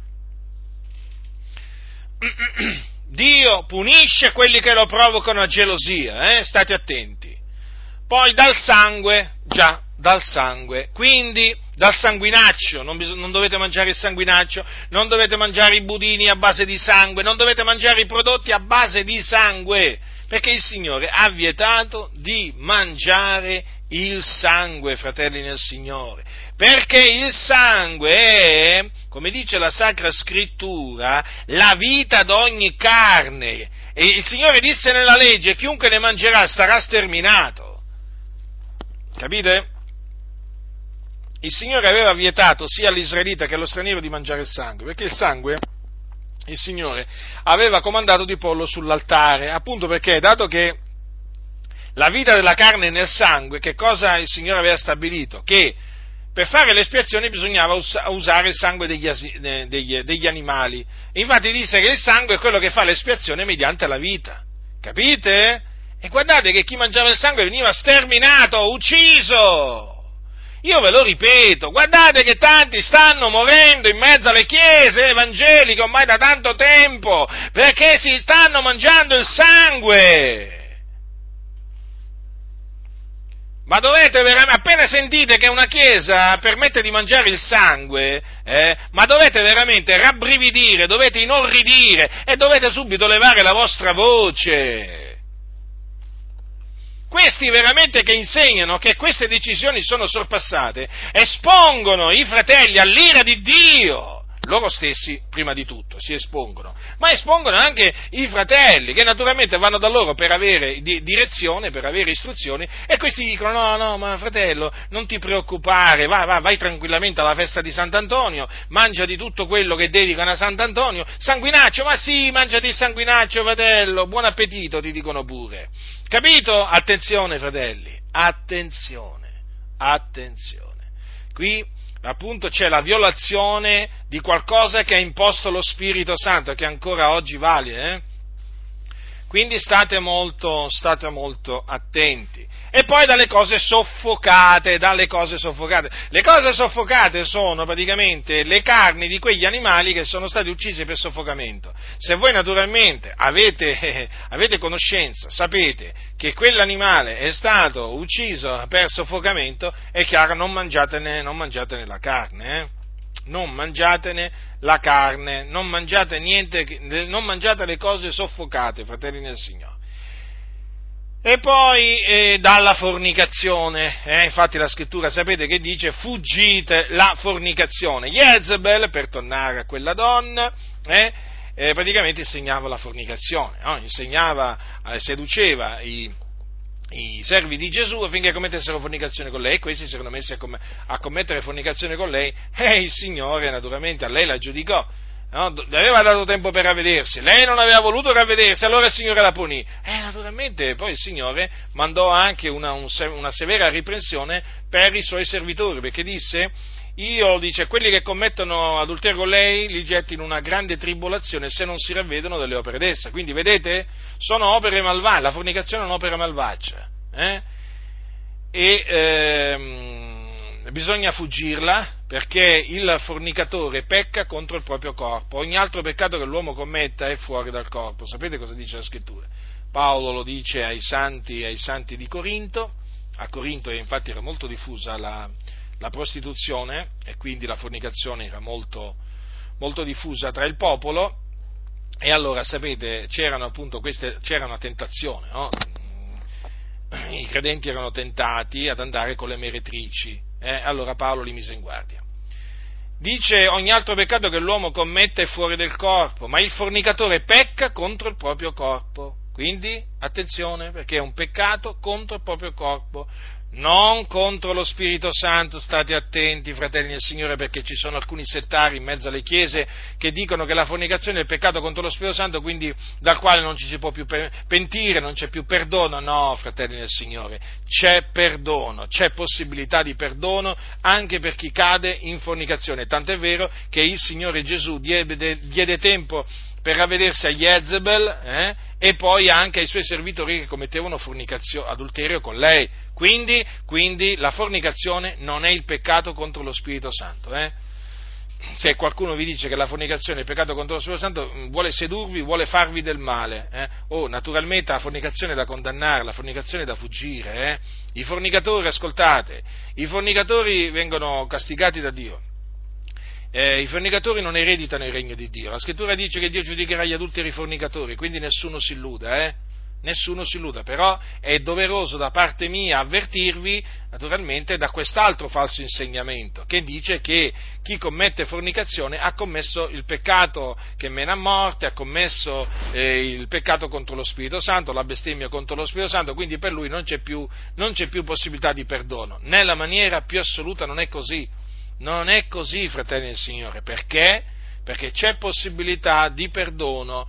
Dio punisce quelli che lo provocano a gelosia, eh? State attenti. Poi dal sangue, già, dal sangue, quindi dal sanguinaccio, non, bis- non dovete mangiare il sanguinaccio, non dovete mangiare i budini a base di sangue, non dovete mangiare i prodotti a base di sangue, perché il Signore ha vietato di mangiare il sangue, fratelli nel Signore, perché il sangue è, come dice la Sacra Scrittura, la vita d'ogni carne, e il Signore disse nella legge: chiunque ne mangerà starà sterminato, capite? Il Signore aveva vietato sia all'israelita che allo straniero di mangiare il sangue, perché il sangue il Signore aveva comandato di porlo sull'altare, appunto perché, dato che la vita della carne è nel sangue, che cosa il Signore aveva stabilito? Che per fare l'espiazione bisognava us- usare il sangue degli, asi- degli, degli animali. Infatti disse che il sangue è quello che fa l'espiazione mediante la vita, capite? E guardate che chi mangiava il sangue veniva sterminato, ucciso! Io ve lo ripeto, guardate che tanti stanno morendo in mezzo alle chiese evangeliche ormai da tanto tempo, perché si stanno mangiando il sangue. Ma dovete veramente, appena sentite che una chiesa permette di mangiare il sangue, eh, ma dovete veramente rabbrividire, dovete inorridire e dovete subito levare la vostra voce. Questi veramente che insegnano che queste decisioni sono sorpassate, espongono i fratelli all'ira di Dio, loro stessi prima di tutto si espongono, ma espongono anche i fratelli, che naturalmente vanno da loro per avere di, direzione, per avere istruzioni, e questi dicono: no, no, ma fratello, non ti preoccupare, vai, vai, vai tranquillamente alla festa di Sant'Antonio, mangia di tutto quello che dedicano a Sant'Antonio, sanguinaccio, ma sì, mangiati il sanguinaccio, fratello, buon appetito, ti dicono pure. Capito? Attenzione, fratelli, attenzione, attenzione. Qui, appunto, c'è la violazione di qualcosa che ha imposto lo Spirito Santo e che ancora oggi vale, eh? Quindi state molto, state molto attenti. E poi dalle cose soffocate, dalle cose soffocate. Le cose soffocate sono praticamente le carni di quegli animali che sono stati uccisi per soffocamento. Se voi naturalmente avete, avete conoscenza, sapete che quell'animale è stato ucciso per soffocamento, è chiaro, non mangiatene, non mangiatene la carne, eh? Non mangiatene la carne, non mangiate niente, non mangiate le cose soffocate, fratelli nel Signore. E poi eh, dalla fornicazione, eh, infatti la scrittura sapete che dice: fuggite la fornicazione. Jezebel, per tornare a quella donna, eh, eh, praticamente insegnava la fornicazione, no? insegnava, eh, seduceva i i servi di Gesù affinché commettessero fornicazione con lei, e questi si erano messi a, com- a commettere fornicazione con lei, e il Signore naturalmente a lei la giudicò, no? Le aveva dato tempo per ravvedersi, lei non aveva voluto ravvedersi, allora il Signore la punì, e naturalmente poi il Signore mandò anche una, un, una severa riprensione per i suoi servitori, perché disse: io, dice, quelli che commettono adulterio con lei li getto in una grande tribolazione se non si ravvedono delle opere d'essa. Quindi vedete, sono opere malvagie, la fornicazione è un'opera malvagia, eh? e ehm, bisogna fuggirla, perché il fornicatore pecca contro il proprio corpo. Ogni altro peccato che l'uomo commetta è fuori dal corpo. Sapete cosa dice la scrittura? Paolo lo dice ai santi, ai santi di Corinto. A Corinto infatti era molto diffusa la la prostituzione, e quindi la fornicazione era molto, molto diffusa tra il popolo, e allora sapete c'erano appunto queste, c'era una tentazione, no? I credenti erano tentati ad andare con le meretrici, eh? Allora Paolo li mise in guardia. Dice: ogni altro peccato che l'uomo commette è fuori del corpo, ma il fornicatore pecca contro il proprio corpo. Quindi, attenzione, perché è un peccato contro il proprio corpo, non contro lo Spirito Santo. State attenti, fratelli del Signore, perché ci sono alcuni settari in mezzo alle chiese che dicono che la fornicazione è il peccato contro lo Spirito Santo, quindi dal quale non ci si può più pentire, non c'è più perdono. No, fratelli del Signore, c'è perdono, c'è possibilità di perdono anche per chi cade in fornicazione. Tant'è vero che il Signore Gesù diede, diede tempo per ravvedersi a Jezebel eh, e poi anche ai suoi servitori che commettevano fornicazione, adulterio con lei. Quindi, quindi la fornicazione non è il peccato contro lo Spirito Santo. Eh. Se qualcuno vi dice che la fornicazione è il peccato contro lo Spirito Santo, vuole sedurvi, vuole farvi del male. Eh. Oh, naturalmente la fornicazione è da condannare, la fornicazione è da fuggire. Eh. I fornicatori, ascoltate, i fornicatori vengono castigati da Dio. Eh, I fornicatori non ereditano il regno di Dio. La scrittura dice che Dio giudicherà gli adulteri e i fornicatori, quindi nessuno si illuda, eh? Nessuno si illuda, però è doveroso da parte mia avvertirvi, naturalmente, da quest'altro falso insegnamento, che dice che chi commette fornicazione ha commesso il peccato che mena a morte, ha commesso eh, il peccato contro lo Spirito Santo, la bestemmia contro lo Spirito Santo, quindi per lui non c'è più, non c'è più possibilità di perdono. Nella maniera più assoluta non è così. Non è così, fratelli del Signore, perché? Perché c'è possibilità di perdono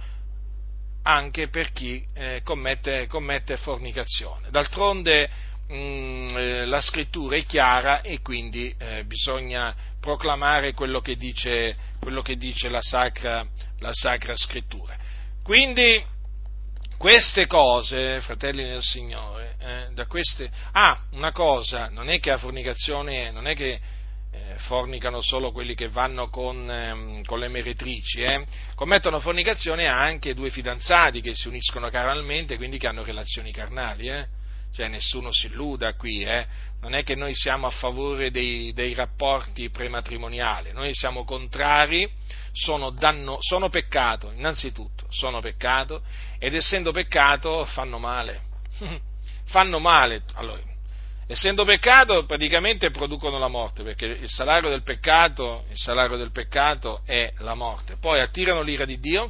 anche per chi eh, commette, commette fornicazione. D'altronde mh, eh, la scrittura è chiara e quindi eh, bisogna proclamare quello che dice, quello che dice la Sacra, la Sacra Scrittura. Quindi queste cose, fratelli nel Signore, eh, da queste... Ah, una cosa, non è che la fornicazione, non è che Eh, fornicano solo quelli che vanno con, ehm, con le meretrici, eh. Commettono fornicazione anche due fidanzati che si uniscono carnalmente, quindi che hanno relazioni carnali, eh. Cioè nessuno si illuda qui, eh. Non è che noi siamo a favore dei, dei rapporti prematrimoniali, noi siamo contrari, sono, danno, sono peccato, innanzitutto, sono peccato, ed essendo peccato fanno male, fanno male, allora. Essendo peccato, praticamente producono la morte, perché il salario del peccato, il salario del peccato è la morte. Poi attirano l'ira di Dio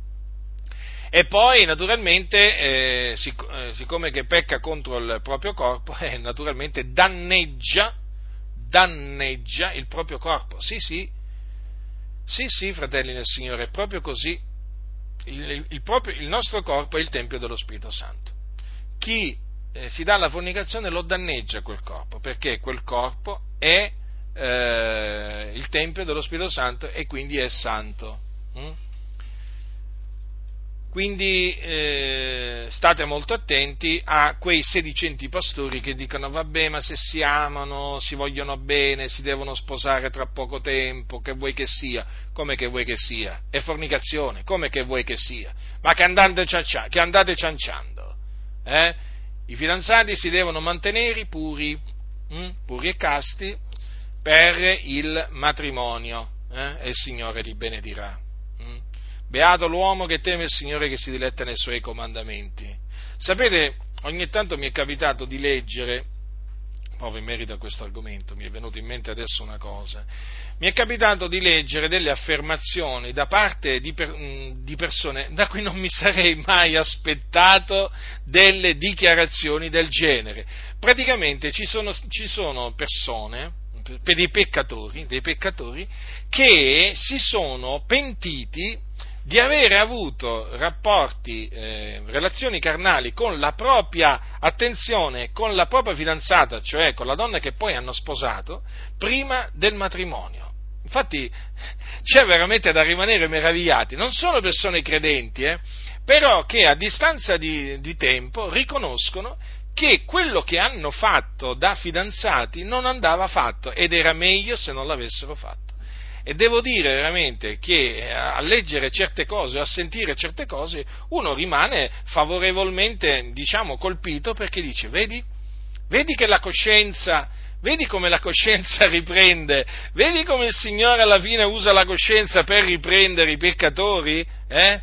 e poi, naturalmente, eh, sic- eh, siccome che pecca contro il proprio corpo, eh, naturalmente danneggia, danneggia il proprio corpo. Sì, sì, sì, sì, fratelli nel Signore, è proprio così. Il, il, il, proprio, il nostro corpo è il Tempio dello Spirito Santo. Chi si dà alla fornicazione lo danneggia quel corpo, perché quel corpo è eh, il Tempio dello Spirito Santo e quindi è santo. Mm? Quindi eh, state molto attenti a quei sedicenti pastori che dicono vabbè, ma se si amano, si vogliono bene, si devono sposare tra poco tempo, che vuoi che sia? Come che vuoi che sia? È fornicazione, come che vuoi che sia? Ma che andate, ciancia, che andate cianciando? Eh? I fidanzati si devono mantenere puri, hm? puri e casti per il matrimonio, eh? e il Signore li benedirà. Hm? Beato l'uomo che teme il Signore, che si diletta nei suoi comandamenti. Sapete, ogni tanto mi è capitato di leggere, proprio in merito a questo argomento, mi è venuto in mente adesso una cosa, mi è capitato di leggere delle affermazioni da parte di, per, di persone da cui non mi sarei mai aspettato delle dichiarazioni del genere. Praticamente ci sono, ci sono persone, per dei peccatori, dei peccatori, che si sono pentiti di avere avuto rapporti, eh, relazioni carnali con la propria, attenzione, con la propria fidanzata, cioè con la donna che poi hanno sposato, prima del matrimonio. Infatti c'è veramente da rimanere meravigliati, non sono persone credenti, eh, però che a distanza di, di tempo riconoscono che quello che hanno fatto da fidanzati non andava fatto ed era meglio se non l'avessero fatto. E devo dire veramente che a leggere certe cose o a sentire certe cose uno rimane favorevolmente, diciamo, colpito, perché dice, vedi, vedi che la coscienza, vedi come la coscienza riprende, vedi come il Signore alla fine usa la coscienza per riprendere i peccatori, eh?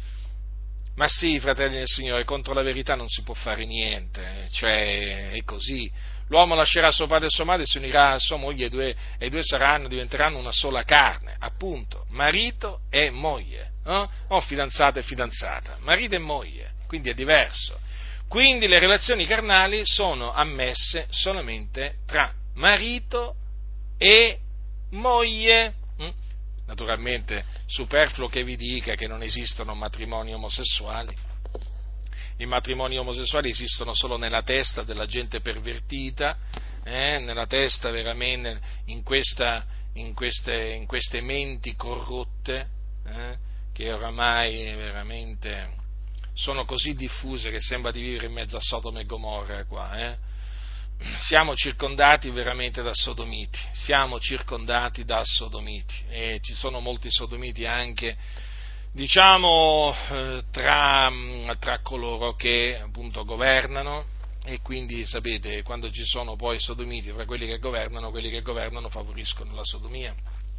Ma sì, fratelli del Signore, contro la verità non si può fare niente, cioè è così. L'uomo lascerà suo padre e sua madre, si unirà a sua moglie e i due, e i due saranno, diventeranno una sola carne, appunto, marito e moglie, eh? O fidanzato e fidanzata, marito e moglie. quindi è diverso. Quindi le relazioni carnali sono ammesse solamente tra marito e moglie. Naturalmente superfluo che vi dica che non esistono matrimoni omosessuali. I matrimoni omosessuali esistono solo nella testa della gente pervertita, eh, nella testa veramente, in, questa, in, queste, in queste menti corrotte, eh, che oramai veramente sono così diffuse che sembra di vivere in mezzo a Sodoma e Gomorra qua, eh. Siamo circondati veramente da sodomiti, siamo circondati da sodomiti e ci sono molti sodomiti anche, diciamo, eh, tra, tra coloro che appunto governano, e quindi sapete, quando ci sono poi sodomiti tra quelli che governano, quelli che governano favoriscono la sodomia.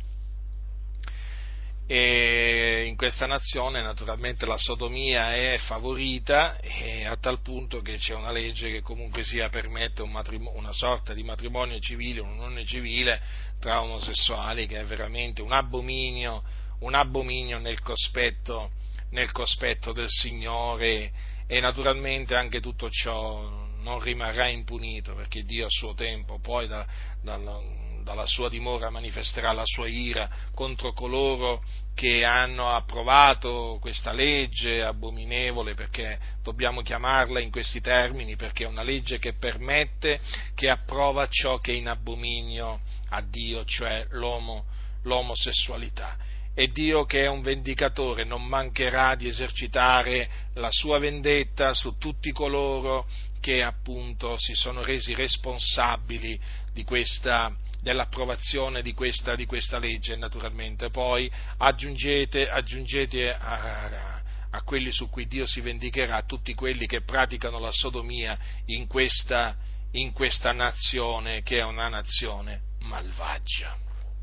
E in questa nazione naturalmente la sodomia è favorita, e a tal punto che c'è una legge che comunque sia permette un matrimonio, una sorta di matrimonio civile, un'unione civile tra omosessuali, che è veramente un abominio, un abominio nel cospetto, nel cospetto del Signore, e naturalmente anche tutto ciò non rimarrà impunito, perché Dio a suo tempo poi da, dalla, dalla sua dimora manifesterà la sua ira contro coloro che hanno approvato questa legge abominevole, perché dobbiamo chiamarla in questi termini, perché è una legge che permette, che approva ciò che è in abominio a Dio, cioè l'omo, l'omosessualità. E Dio, che è un vendicatore, non mancherà di esercitare la sua vendetta su tutti coloro che appunto si sono resi responsabili di questa, dell'approvazione di questa, di questa legge. E naturalmente poi aggiungete, aggiungete a, a quelli su cui Dio si vendicherà tutti quelli che praticano la sodomia in questa, in questa nazione, che è una nazione malvagia.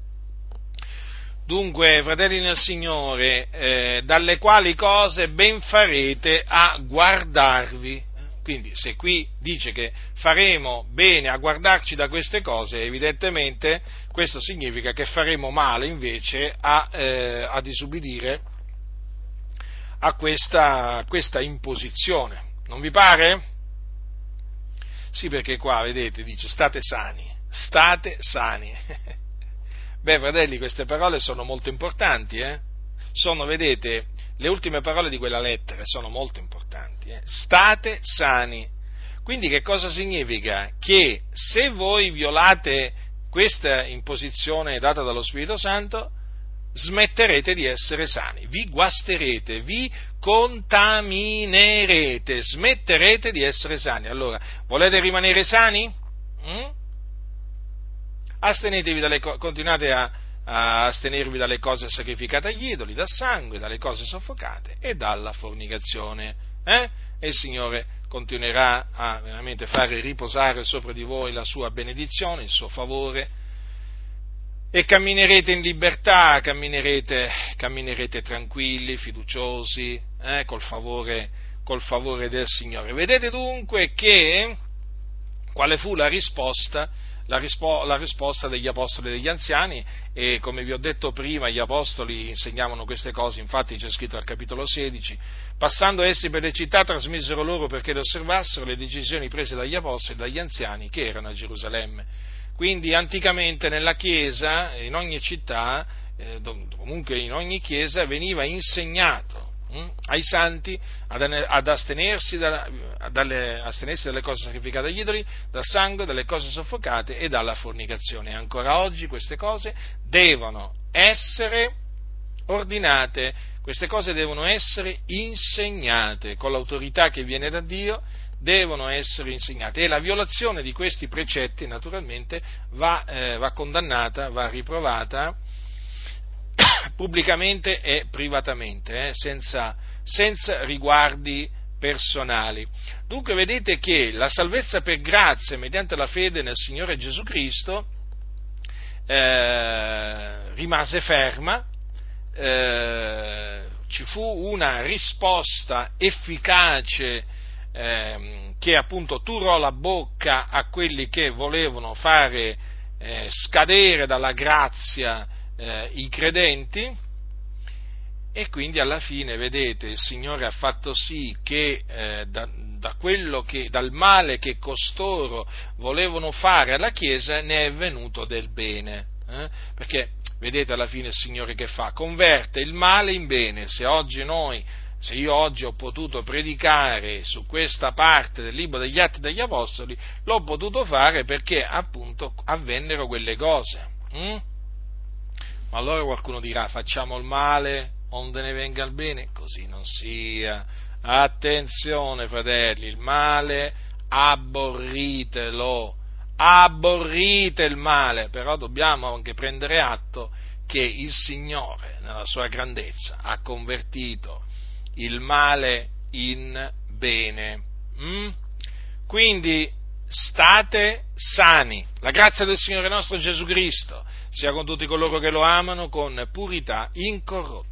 Dunque, fratelli nel Signore, eh, dalle quali cose ben farete a guardarvi. Quindi, se qui dice che faremo bene a guardarci da queste cose, evidentemente questo significa che faremo male invece a, eh, a disubbidire a questa, a questa imposizione. Non vi pare? Sì, perché qua, vedete, dice state sani, state sani. Beh, fratelli, queste parole sono molto importanti, eh? Sono, vedete, le ultime parole di quella lettera sono molto importanti, eh? State sani. Quindi che cosa significa? Che se voi violate questa imposizione data dallo Spirito Santo, smetterete di essere sani, vi guasterete, vi contaminerete, smetterete di essere sani. Allora, volete rimanere sani? Mm? Astenetevi dalle co- continuate a, a astenervi dalle cose sacrificate agli idoli, dal sangue, dalle cose soffocate e dalla fornicazione. Eh? E il Signore continuerà a veramente fare riposare sopra di voi la sua benedizione, il suo favore, e camminerete in libertà, camminerete, camminerete tranquilli, fiduciosi, eh? col favore, col favore del Signore. Vedete dunque che quale fu la risposta? La, rispo- la risposta degli apostoli e degli anziani, e come vi ho detto prima, gli apostoli insegnavano queste cose, infatti c'è scritto al capitolo sedici, passando essi per le città trasmisero loro perché le osservassero le decisioni prese dagli apostoli e dagli anziani che erano a Gerusalemme. Quindi anticamente nella Chiesa, in ogni città, eh, comunque in ogni Chiesa veniva insegnato hm, ai santi ad, ad astenersi, da, dalle, astenersi dalle cose sacrificate agli idoli, dal sangue, dalle cose soffocate e dalla fornicazione. E ancora oggi queste cose devono essere ordinate, queste cose devono essere insegnate con l'autorità che viene da Dio, devono essere insegnate, e la violazione di questi precetti naturalmente va, eh, va condannata, va riprovata pubblicamente e privatamente, eh, senza, senza riguardi personali. Dunque vedete che la salvezza per grazia mediante la fede nel Signore Gesù Cristo eh, rimase ferma, eh, ci fu una risposta efficace eh, che appunto turò la bocca a quelli che volevano fare eh, scadere dalla grazia eh, i credenti, E quindi alla fine, vedete, il Signore ha fatto sì che, eh, da, da quello che, dal male che costoro volevano fare alla Chiesa ne è venuto del bene. Eh? Perché, vedete, alla fine il Signore che fa? Converte il male in bene. Se oggi noi, se io oggi ho potuto predicare su questa parte del libro degli Atti degli Apostoli, l'ho potuto fare perché appunto avvennero quelle cose. Hm? Ma allora qualcuno dirà: facciamo il male onde ne venga il bene? Così non sia. Attenzione, fratelli, il male abborritelo, abborrite il male, però dobbiamo anche prendere atto che il Signore, nella sua grandezza, ha convertito il male in bene. Mm? Quindi state sani. La grazia del Signore nostro Gesù Cristo sia con tutti coloro che lo amano con purità incorrotta.